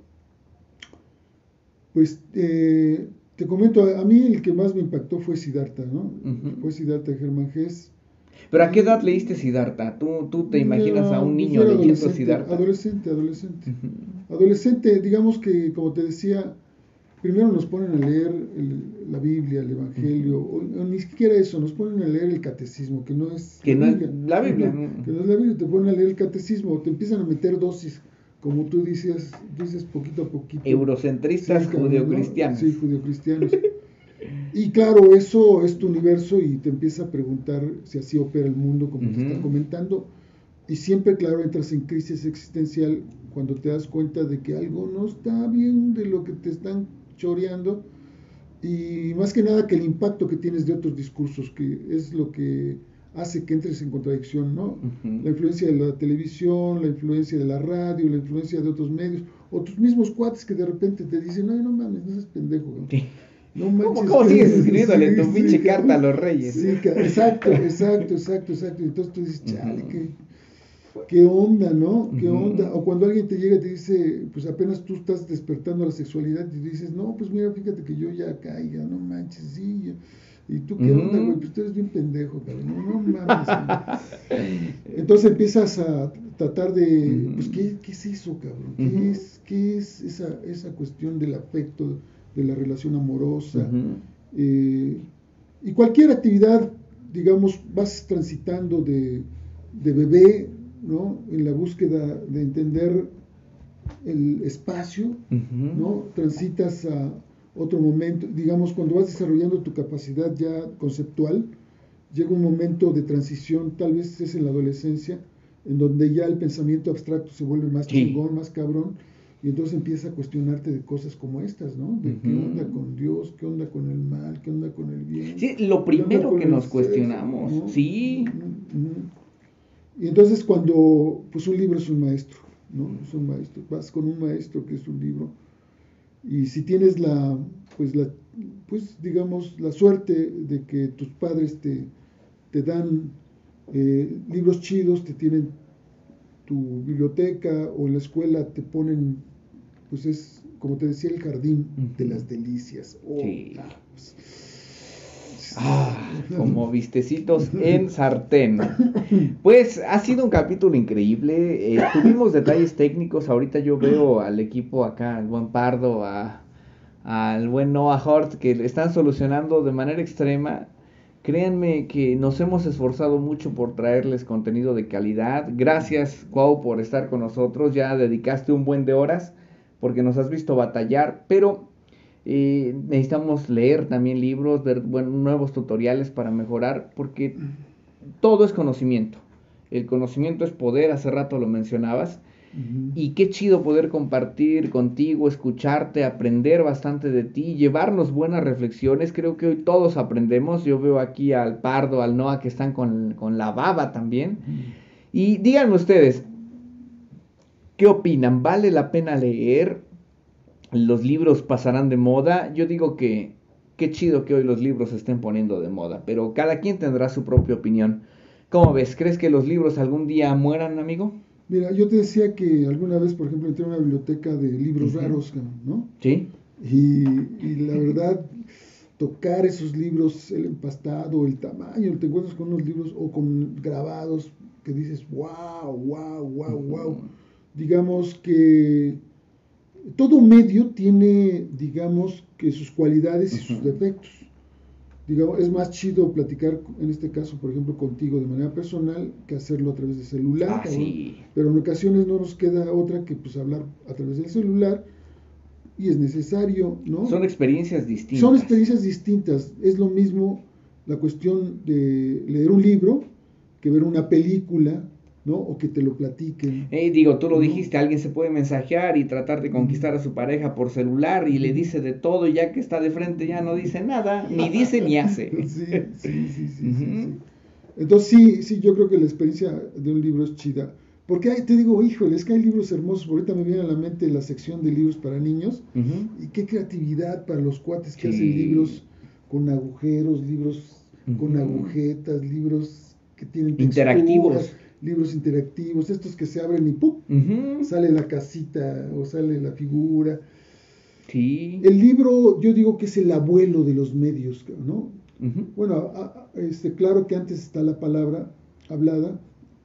pues eh, te comento, a, a mí el que más me impactó fue Siddhartha, ¿no? Ujú. Fue Siddhartha de Germán Hesse. ¿Pero a qué edad Y leíste Siddhartha? ¿Tú, tú te imaginas a no, un pues yo niño era leyendo adolescente, Siddhartha? adolescente, adolescente. Ujú. Adolescente, digamos que, como te decía, primero nos ponen a leer el- la Biblia, el Evangelio, Ujú. o, o ni siquiera eso, nos ponen a leer el catecismo, que no es Que la no es Biblia, la Biblia. que no es la Biblia, te ponen a leer el catecismo, te empiezan a meter dosis, como tú dices, dices poquito a poquito, sí, Eurocentristas cabrón, ¿no? Sí, judeocristianos. judeocristianos. Y claro, eso es tu universo y te empieza a preguntar si así opera el mundo, como te está Ujú. comentando. Y siempre, claro, entras en crisis existencial cuando te das cuenta de que algo no está bien de lo que te están choreando. Y más que nada que el impacto que tienes de otros discursos, que es lo que hace que entres en contradicción, ¿no? Ujú. La influencia de la televisión, la influencia de la radio, la influencia de otros medios, o tus mismos cuates que de repente te dicen, ay, no mames, no seas pendejo, ¿no? Sí. No ¿Cómo, manches, ¿Cómo que sigues escribiéndole sí, tu sí, pinche carta a cabrón. los reyes? Sí, ca- exacto, exacto, exacto, exacto. Entonces tú dices, chale, Ujú. qué, qué onda, ¿no? ¿Qué onda? O Ujú. cuando alguien te llega y te dice, pues apenas tú estás despertando a la sexualidad y dices, no, pues mira, fíjate que yo ya caiga, no manches, sí. Yo. ¿Y tú qué onda, güey? Ujú. Pues tú eres bien pendejo, cabrón. No, no mames, cabrón. Entonces empiezas a tratar de, pues, Ujú. ¿qué, qué es eso, cabrón? ¿Qué Ujú. es, qué es esa, esa cuestión del afecto, de la relación amorosa? Ujú. Eh, y cualquier actividad, digamos, vas transitando de, de bebé, ¿no? En la búsqueda de entender el espacio, Ujú. ¿no? Transitas a otro momento, digamos, cuando vas desarrollando tu capacidad ya conceptual, llega un momento de transición, tal vez es en la adolescencia, en donde ya el pensamiento abstracto se vuelve más Sí. chingón, más cabrón, y entonces empieza a cuestionarte de cosas como estas, ¿no? De qué onda Ujú. con Dios, qué onda con el mal, qué onda con el bien, Sí, lo qué onda primero con que el nos sexo, cuestionamos, ¿no? sí. Uh -huh. Y entonces cuando, pues un libro es un maestro, ¿no? Es un maestro, vas con un maestro que es un libro, y si tienes la, pues la, pues digamos, la suerte de que tus padres te, te dan eh, libros chidos, te tienen tu biblioteca o en la escuela te ponen, pues es, como te decía, el jardín de Ujú. las delicias. Oh, Sí. no, pues, Ah, como vistecitos en sartén. Pues ha sido un capítulo increíble. Eh, tuvimos detalles técnicos. Ahorita yo veo al equipo acá, al buen Pardo, a, al buen Noah Hort, que están solucionando de manera extrema. Créanme que nos hemos esforzado mucho por traerles contenido de calidad. Gracias, Cuau, por estar con nosotros. Ya dedicaste un buen de horas porque nos has visto batallar, pero eh, necesitamos leer también libros, ver bueno, nuevos tutoriales para mejorar, porque todo es conocimiento. El conocimiento es poder, hace rato lo mencionabas. Uh-huh. Y qué chido poder compartir contigo, escucharte, aprender bastante de ti, llevarnos buenas reflexiones. Creo que hoy todos aprendemos. Yo veo aquí al Pardo, al Noah, que están con, con la baba también. Uh-huh. Y díganme ustedes, ¿qué opinan? ¿Vale la pena leer? ¿Los libros pasarán de moda? Yo digo que qué chido que hoy los libros se estén poniendo de moda, pero cada quien tendrá su propia opinión. ¿Cómo ves? ¿Crees que los libros algún día mueran, amigo? Mira, yo te decía que alguna vez, por ejemplo, entré a una biblioteca de libros Uh-huh. raros, ¿no? Sí. Y, y la verdad, tocar esos libros, el empastado, el tamaño, te encuentras con unos libros o con grabados que dices, wow, wow, wow, wow. Uh-huh. Digamos que todo medio tiene, digamos, que sus cualidades y sus defectos. Digamos, es más chido platicar, en este caso, por ejemplo, contigo de manera personal, que hacerlo a través de celular. Ah, sí. Pero en ocasiones no nos queda otra que pues hablar a través del celular y es necesario, ¿no? Son experiencias distintas. Son experiencias distintas. Es lo mismo la cuestión de leer un libro que ver una película, ¿no? O que te lo platiquen. Eh, digo, tú lo ¿no? dijiste, alguien se puede mensajear y tratar de conquistar a su pareja por celular y le dice de todo, y ya que está de frente ya no dice nada, ni dice ni hace. Sí, sí, sí, sí, sí, uh-huh. sí, sí. Entonces sí, sí, yo creo que la experiencia de un libro es chida. Porque hay, te digo, híjole, es que hay libros hermosos. Ahorita me viene a la mente la sección de libros para niños. Uh-huh. Y qué creatividad para los cuates que sí. hacen libros con agujeros, libros uh-huh. con agujetas, libros que tienen texturas, interactivos. Libros interactivos, estos que se abren y ¡pum! Uh-huh. Sale la casita o sale la figura. Sí. El libro, yo digo que es el abuelo de los medios, ¿no? Uh-huh. Bueno, a, a, este, claro que antes está la palabra hablada,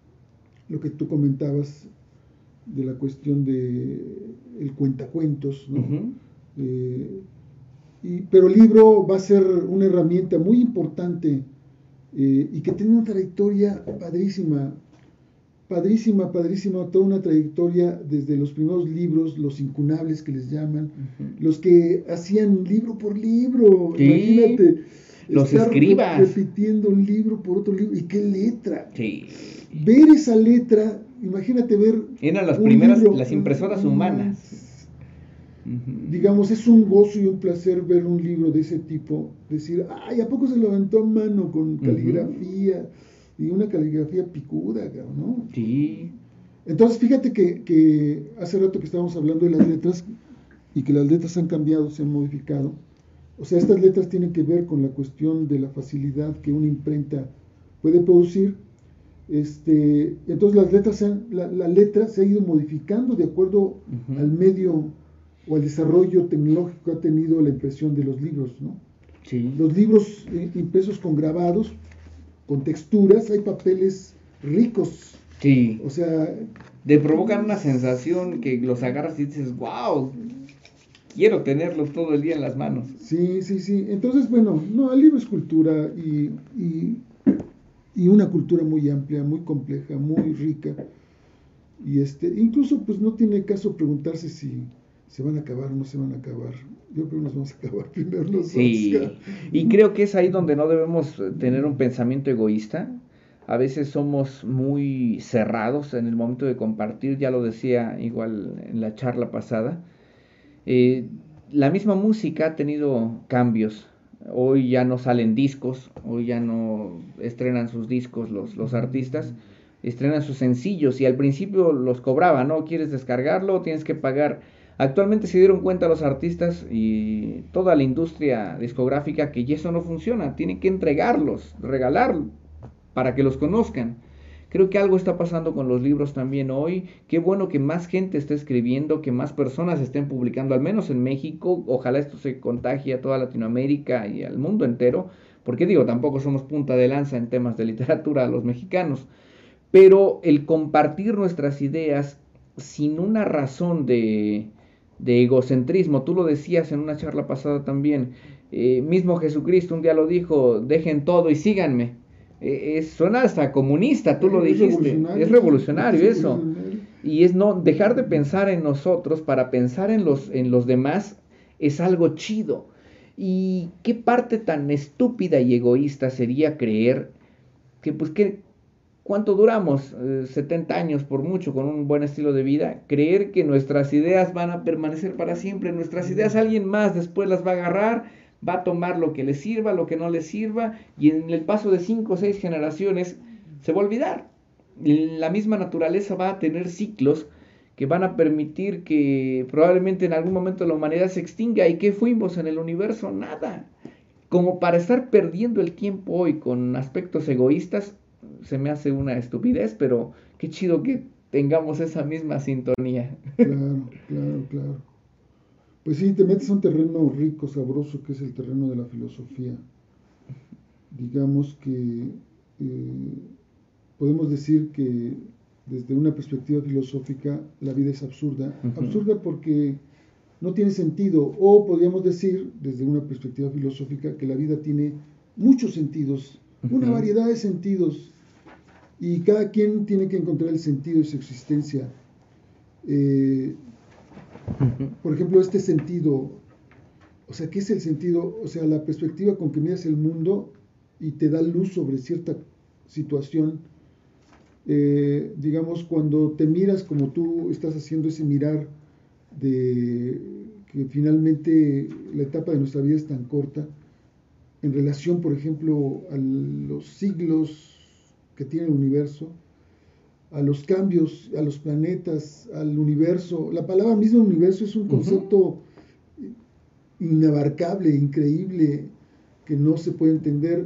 lo que tú comentabas de la cuestión de el cuentacuentos, ¿no? Uh-huh. Eh, y, pero el libro va a ser una herramienta muy importante eh, y que tiene una trayectoria padrísima. Padrísima, padrísima, toda una trayectoria desde los primeros libros, los incunables que les llaman, uh-huh. los que hacían libro por libro, sí. imagínate, los escribas repitiendo un libro por otro libro, y qué letra, sí. ver esa letra, imagínate ver eran las primeras, libro, las impresoras um, humanas, uh-huh. digamos, es un gozo y un placer ver un libro de ese tipo, decir, ay, ¿a poco se lo aventó a mano con caligrafía? Uh-huh. Y una caligrafía picuda, ¿no? Sí. Entonces, fíjate que, que hace rato que estábamos hablando de las letras y que las letras han cambiado, se han modificado. O sea, estas letras tienen que ver con la cuestión de la facilidad que una imprenta puede producir. Este, entonces, las letras se han, la, la letra se ha ido modificando de acuerdo uh-huh. al medio o al desarrollo tecnológico que ha tenido la impresión de los libros, ¿no? Sí. Los libros eh, impresos con grabados, con texturas, hay papeles ricos. Sí. O sea, te provocan una sensación que los agarras y dices, wow, quiero tenerlos todo el día en las manos. Sí, sí, sí. Entonces, bueno, no, el libro es cultura y, y, y una cultura muy amplia, muy compleja, muy rica. Y este, incluso pues no tiene caso preguntarse si se van a acabar o no se van a acabar. Yo creo que nos vamos a acabar primero los sí. dos. Y creo que es ahí donde no debemos tener un pensamiento egoísta. A veces somos muy cerrados en el momento de compartir, ya lo decía igual en la charla pasada. Eh, la misma música ha tenido cambios. Hoy ya no salen discos, hoy ya no estrenan sus discos los, los artistas, estrenan sus sencillos y al principio los cobraban, ¿no? ¿Quieres descargarlo? Tienes que pagar. Actualmente se dieron cuenta los artistas y toda la industria discográfica que ya eso no funciona, tienen que entregarlos, regalarlos para que los conozcan. Creo que algo está pasando con los libros también hoy. Qué bueno que más gente esté escribiendo, que más personas estén publicando, al menos en México. Ojalá esto se contagie a toda Latinoamérica y al mundo entero, porque digo, tampoco somos punta de lanza en temas de literatura los mexicanos, pero el compartir nuestras ideas sin una razón de, de egocentrismo, tú lo decías en una charla pasada también, eh, mismo Jesucristo un día lo dijo, dejen todo y síganme. Eh, es, suena hasta comunista, tú lo Es dijiste, revolucionario, es revolucionario sí, es eso. revolucionario. Y es no dejar de pensar en nosotros para pensar en los, en los demás es algo chido. ¿Y qué parte tan estúpida y egoísta sería creer que pues que cuánto duramos? Eh, setenta años por mucho con un buen estilo de vida. Creer que nuestras ideas van a permanecer para siempre. Nuestras ideas alguien más después las va a agarrar, va a tomar lo que le sirva, lo que no le sirva, y en el paso de cinco o seis generaciones se va a olvidar. La misma naturaleza va a tener ciclos que van a permitir que probablemente en algún momento la humanidad se extinga. ¿Y qué fuimos en el universo? Nada. Como para estar perdiendo el tiempo hoy con aspectos egoístas, se me hace una estupidez, pero qué chido que tengamos esa misma sintonía. Claro, claro, claro. Pues sí, te metes a un terreno rico, sabroso, que es el terreno de la filosofía. Digamos que eh, podemos decir que desde una perspectiva filosófica la vida es absurda. Uh-huh. Absurda porque no tiene sentido. O podríamos decir, desde una perspectiva filosófica, que la vida tiene muchos sentidos, uh-huh. una variedad de sentidos. Y cada quien tiene que encontrar el sentido de su existencia. Eh, uh-huh. Por ejemplo, este sentido, o sea, ¿qué es el sentido? O sea, la perspectiva con que miras el mundo y te da luz sobre cierta situación. Eh, digamos, cuando te miras como tú estás haciendo ese mirar de que finalmente la etapa de nuestra vida es tan corta, en relación, por ejemplo, a los siglos que tiene el universo, a los cambios, a los planetas, al universo. La palabra misma universo es un concepto uh-huh. inabarcable, increíble, que no se puede entender.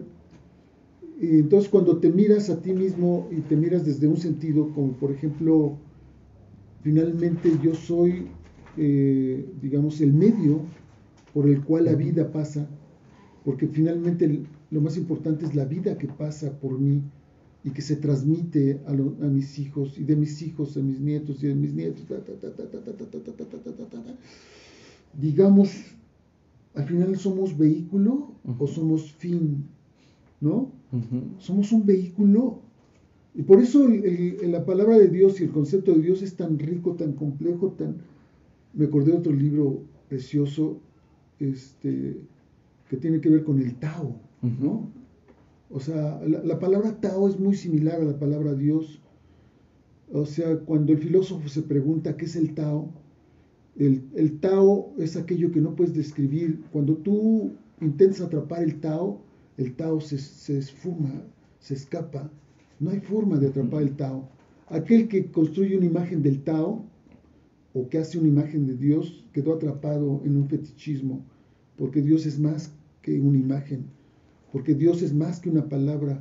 Y entonces cuando te miras a ti mismo y te miras desde un sentido, como por ejemplo, finalmente yo soy, eh, digamos, el medio por el cual la vida pasa, porque finalmente el, lo más importante es la vida que pasa por mí y que se transmite a, lo, a mis hijos y de mis hijos a mis nietos y de mis nietos. Ta, ta, ta, ta, ta, ta, ta, ta, ta, ta, ta, ta. Digamos, al final somos vehículo uh-huh. o somos fin, ¿no? Uh-huh. Somos un vehículo. Y por eso el, el, la palabra de Dios y el concepto de Dios es tan rico, tan complejo, tan... Me acordé de otro libro precioso este, que tiene que ver con el Tao, uh-huh. ¿no? O sea, la, la palabra Tao es muy similar a la palabra Dios. O sea, cuando el filósofo se pregunta qué es el Tao, el, el Tao es aquello que no puedes describir. Cuando tú intentas atrapar el Tao, el Tao se, se esfuma, se escapa. No hay forma de atrapar el Tao. Aquel que construye una imagen del Tao o que hace una imagen de Dios quedó atrapado en un fetichismo, porque Dios es más que una imagen, porque Dios es más que una palabra.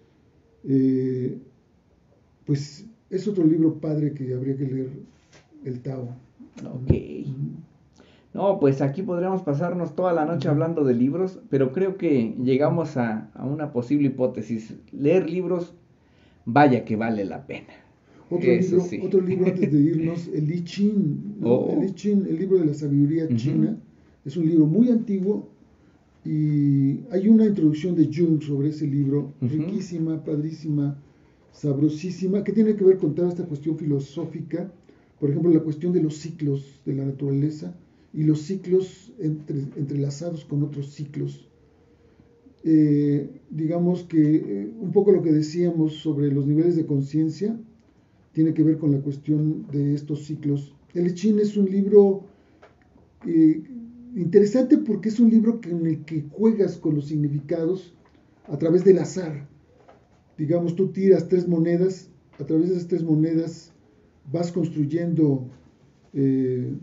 Eh, pues es otro libro padre que habría que leer, el Tao. Ok. No, pues aquí podríamos pasarnos toda la noche hablando de libros, pero creo que llegamos a, a una posible hipótesis. Leer libros, vaya que vale la pena. Otro, Eso libro, sí. otro libro antes de irnos, el I Ching, ¿no? Oh. El I Ching, el libro de la sabiduría uh-huh. china, es un libro muy antiguo y hay una introducción de Jung sobre ese libro, uh-huh. riquísima, padrísima, sabrosísima, que tiene que ver con toda esta cuestión filosófica, por ejemplo, la cuestión de los ciclos de la naturaleza y los ciclos entre, entrelazados con otros ciclos. Eh, digamos que eh, un poco lo que decíamos sobre los niveles de conciencia tiene que ver con la cuestión de estos ciclos. El I Ching es un libro eh, interesante porque es un libro que, en el que juegas con los significados a través del azar. Digamos, tú tiras tres monedas, a través de esas tres monedas vas construyendo eh,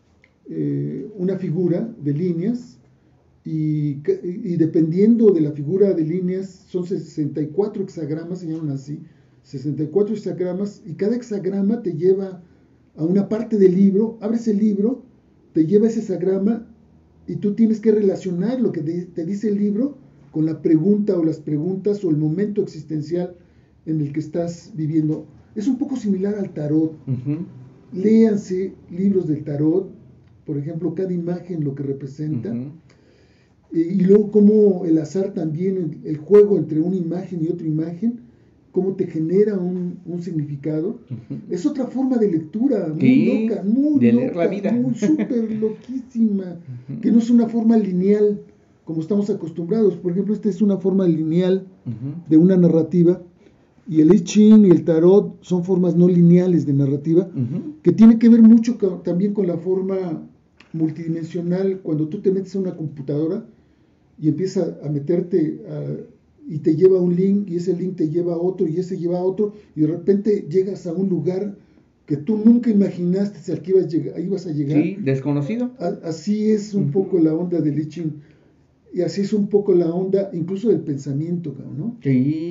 eh, una figura de líneas y, y dependiendo de la figura de líneas son sesenta y cuatro hexagramas, se llaman así, sesenta y cuatro hexagramas, y cada hexagrama te lleva a una parte del libro, abres el libro, te lleva ese hexagrama y tú tienes que relacionar lo que te, te dice el libro con la pregunta o las preguntas o el momento existencial en el que estás viviendo. Es un poco similar al tarot. Uh-huh. Léanse libros del tarot, por ejemplo, cada imagen lo que representa. Uh-huh. eh, y luego cómo el azar también, el, el juego entre una imagen y otra imagen, cómo te genera un, un significado. Uh-huh. Es otra forma de lectura, muy sí, loca, muy de loca, leer la vida. muy súper loquísima, uh-huh. que no es una forma lineal como estamos acostumbrados. Por ejemplo, esta es una forma lineal uh-huh. de una narrativa, y el I Ching y el tarot son formas no lineales de narrativa, uh-huh. que tiene que ver mucho con, también con la forma multidimensional. Cuando tú te metes a una computadora y empiezas a meterte a, y te lleva a un link, y ese link te lleva a otro, y ese lleva a otro, y de repente llegas a un lugar que tú nunca imaginaste al que ibas, ibas a llegar. Sí, desconocido. A, así es un uh-huh. poco la onda del I Ching, y así es un poco la onda incluso del pensamiento, ¿no? Sí.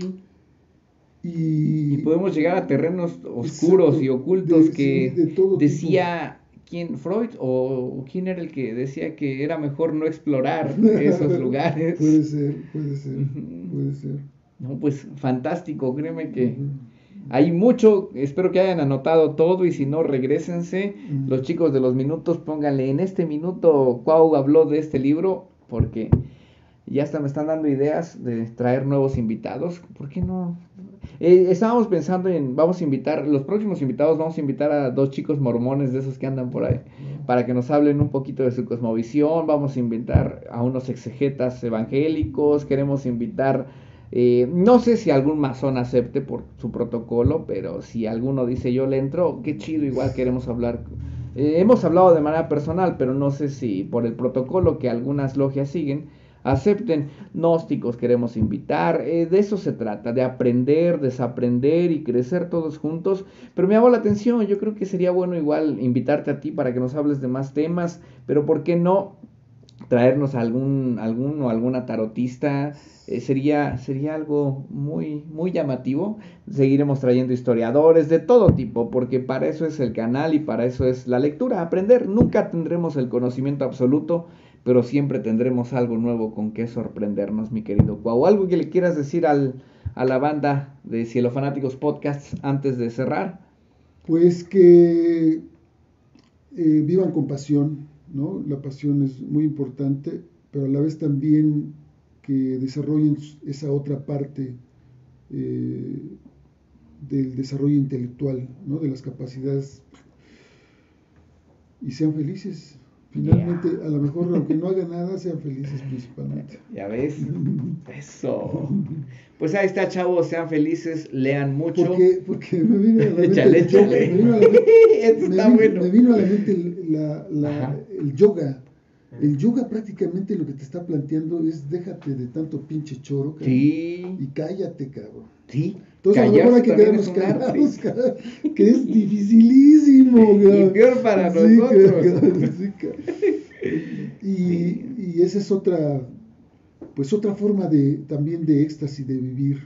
Y, y podemos llegar a terrenos oscuros exacto, y ocultos de, que sí, de todo decía... Tipo. ¿Quién? ¿Freud? ¿O quién era el que decía que era mejor no explorar esos lugares? Puede ser, puede ser, uh-huh. puede ser. No, pues fantástico, créeme que uh-huh. hay mucho. Espero que hayan anotado todo, y si no, regrésense. Uh-huh. Los chicos de los minutos, pónganle en este minuto Cuau habló de este libro, porque ya hasta me están dando ideas de traer nuevos invitados. ¿Por qué no? Eh, estábamos pensando en, vamos a invitar, los próximos invitados vamos a invitar a dos chicos mormones de esos que andan por ahí, para que nos hablen un poquito de su cosmovisión. Vamos a invitar a unos exegetas evangélicos, queremos invitar, eh, no sé si algún masón acepte por su protocolo, pero si alguno dice yo le entro, qué chido, igual queremos hablar. Eh, hemos hablado de manera personal, pero no sé si por el protocolo que algunas logias siguen, acepten. Gnósticos queremos invitar, eh, de eso se trata, de aprender, desaprender y crecer todos juntos. Pero me llamó la atención, yo creo que sería bueno igual invitarte a ti para que nos hables de más temas, pero ¿por qué no traernos a algún, algún o alguna tarotista? Eh, sería, sería algo muy, muy llamativo. Seguiremos trayendo historiadores de todo tipo, porque para eso es el canal y para eso es la lectura, aprender. Nunca tendremos el conocimiento absoluto, pero siempre tendremos algo nuevo con que sorprendernos, mi querido Cuau. ¿Algo que le quieras decir al, a la banda de Cielo Fanáticos Podcasts antes de cerrar? Pues que eh, vivan con pasión, ¿no? La pasión es muy importante, pero a la vez también que desarrollen esa otra parte eh, del desarrollo intelectual, ¿no? De las capacidades, y sean felices. Finalmente, yeah. a lo mejor, aunque no haga nada, sean felices principalmente. Ya ves, eso. Pues ahí está, chavos, sean felices, lean mucho. Porque, porque me vino a la mente échale, el yoga. échale. Me vino a la mente, Esto me está vino, bueno. Me vino a la mente el, la, la, el yoga. El yoga prácticamente lo que te está planteando es déjate de tanto pinche choro, cabrón, sí. y cállate, cabrón. Sí. Entonces a lo mejor hay que quedarnos callados, cabrón, que es dificilísimo, cabrón. Y peor para sí, nosotros. Cabrón, sí, cabrón. Y, y esa es otra, pues otra forma de también de éxtasis, de vivir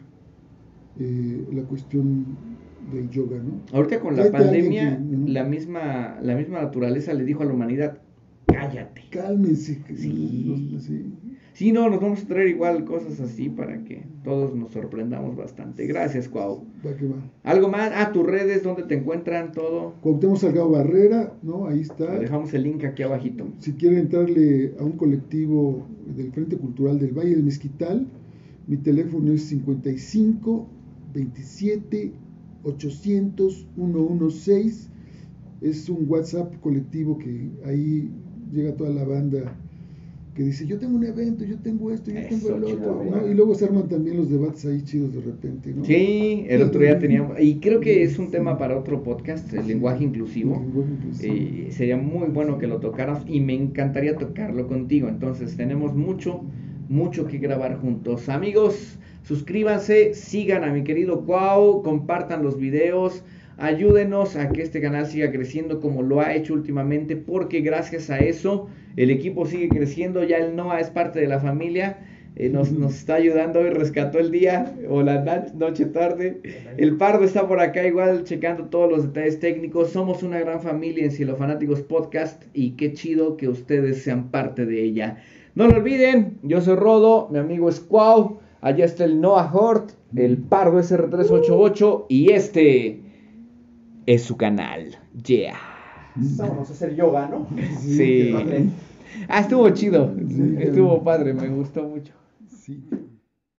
eh, la cuestión del yoga, ¿no? Ahorita con la pandemia, que, ¿no? la misma la misma naturaleza le dijo a la humanidad, cállate. Cálmense. Sí. sí. Sí, no, nos vamos a traer igual cosas así para que todos nos sorprendamos bastante. Gracias, Cuau. Va que va. ¿Algo más? Ah, tus redes, ¿dónde te encuentran? Todo. Cuauhtémoc Salgado Barrera, ¿no? Ahí está. Le dejamos el link aquí abajito. Si quieren entrarle a un colectivo del Frente Cultural del Valle del Mezquital, mi teléfono es cincuenta y cinco, veintisiete, ochocientos, ciento dieciséis. Es un WhatsApp colectivo que ahí llega toda la banda que dice, yo tengo un evento, yo tengo esto, yo Eso, tengo el otro, chido, ¿no? Y luego se arman también los debates ahí chidos de repente, ¿no? Sí, el otro día teníamos, y creo que es un tema para otro podcast, el sí, lenguaje inclusivo. El lenguaje inclusivo. Eh, sería muy bueno que lo tocaras y me encantaría tocarlo contigo. Entonces tenemos mucho, mucho que grabar juntos. Amigos, suscríbanse, sigan a mi querido Cuau, compartan los videos. Ayúdenos a que este canal siga creciendo como lo ha hecho últimamente, porque gracias a eso el equipo sigue creciendo. Ya el Noah es parte de la familia, eh, nos, nos está ayudando. Hoy rescató el día o la noche tarde. El Pardo está por acá igual checando todos los detalles técnicos. Somos una gran familia en Cielo Fanáticos Podcast y qué chido que ustedes sean parte de ella. No lo olviden, yo soy Rodo, mi amigo es Cuau, allá está el Noah Hort, el Pardo S R tres ochenta y ocho y este es su canal. Yeah. Vámonos a hacer yoga, ¿no? Sí. Ah, estuvo chido. Sí, Estuvo padre, me gustó mucho. Sí.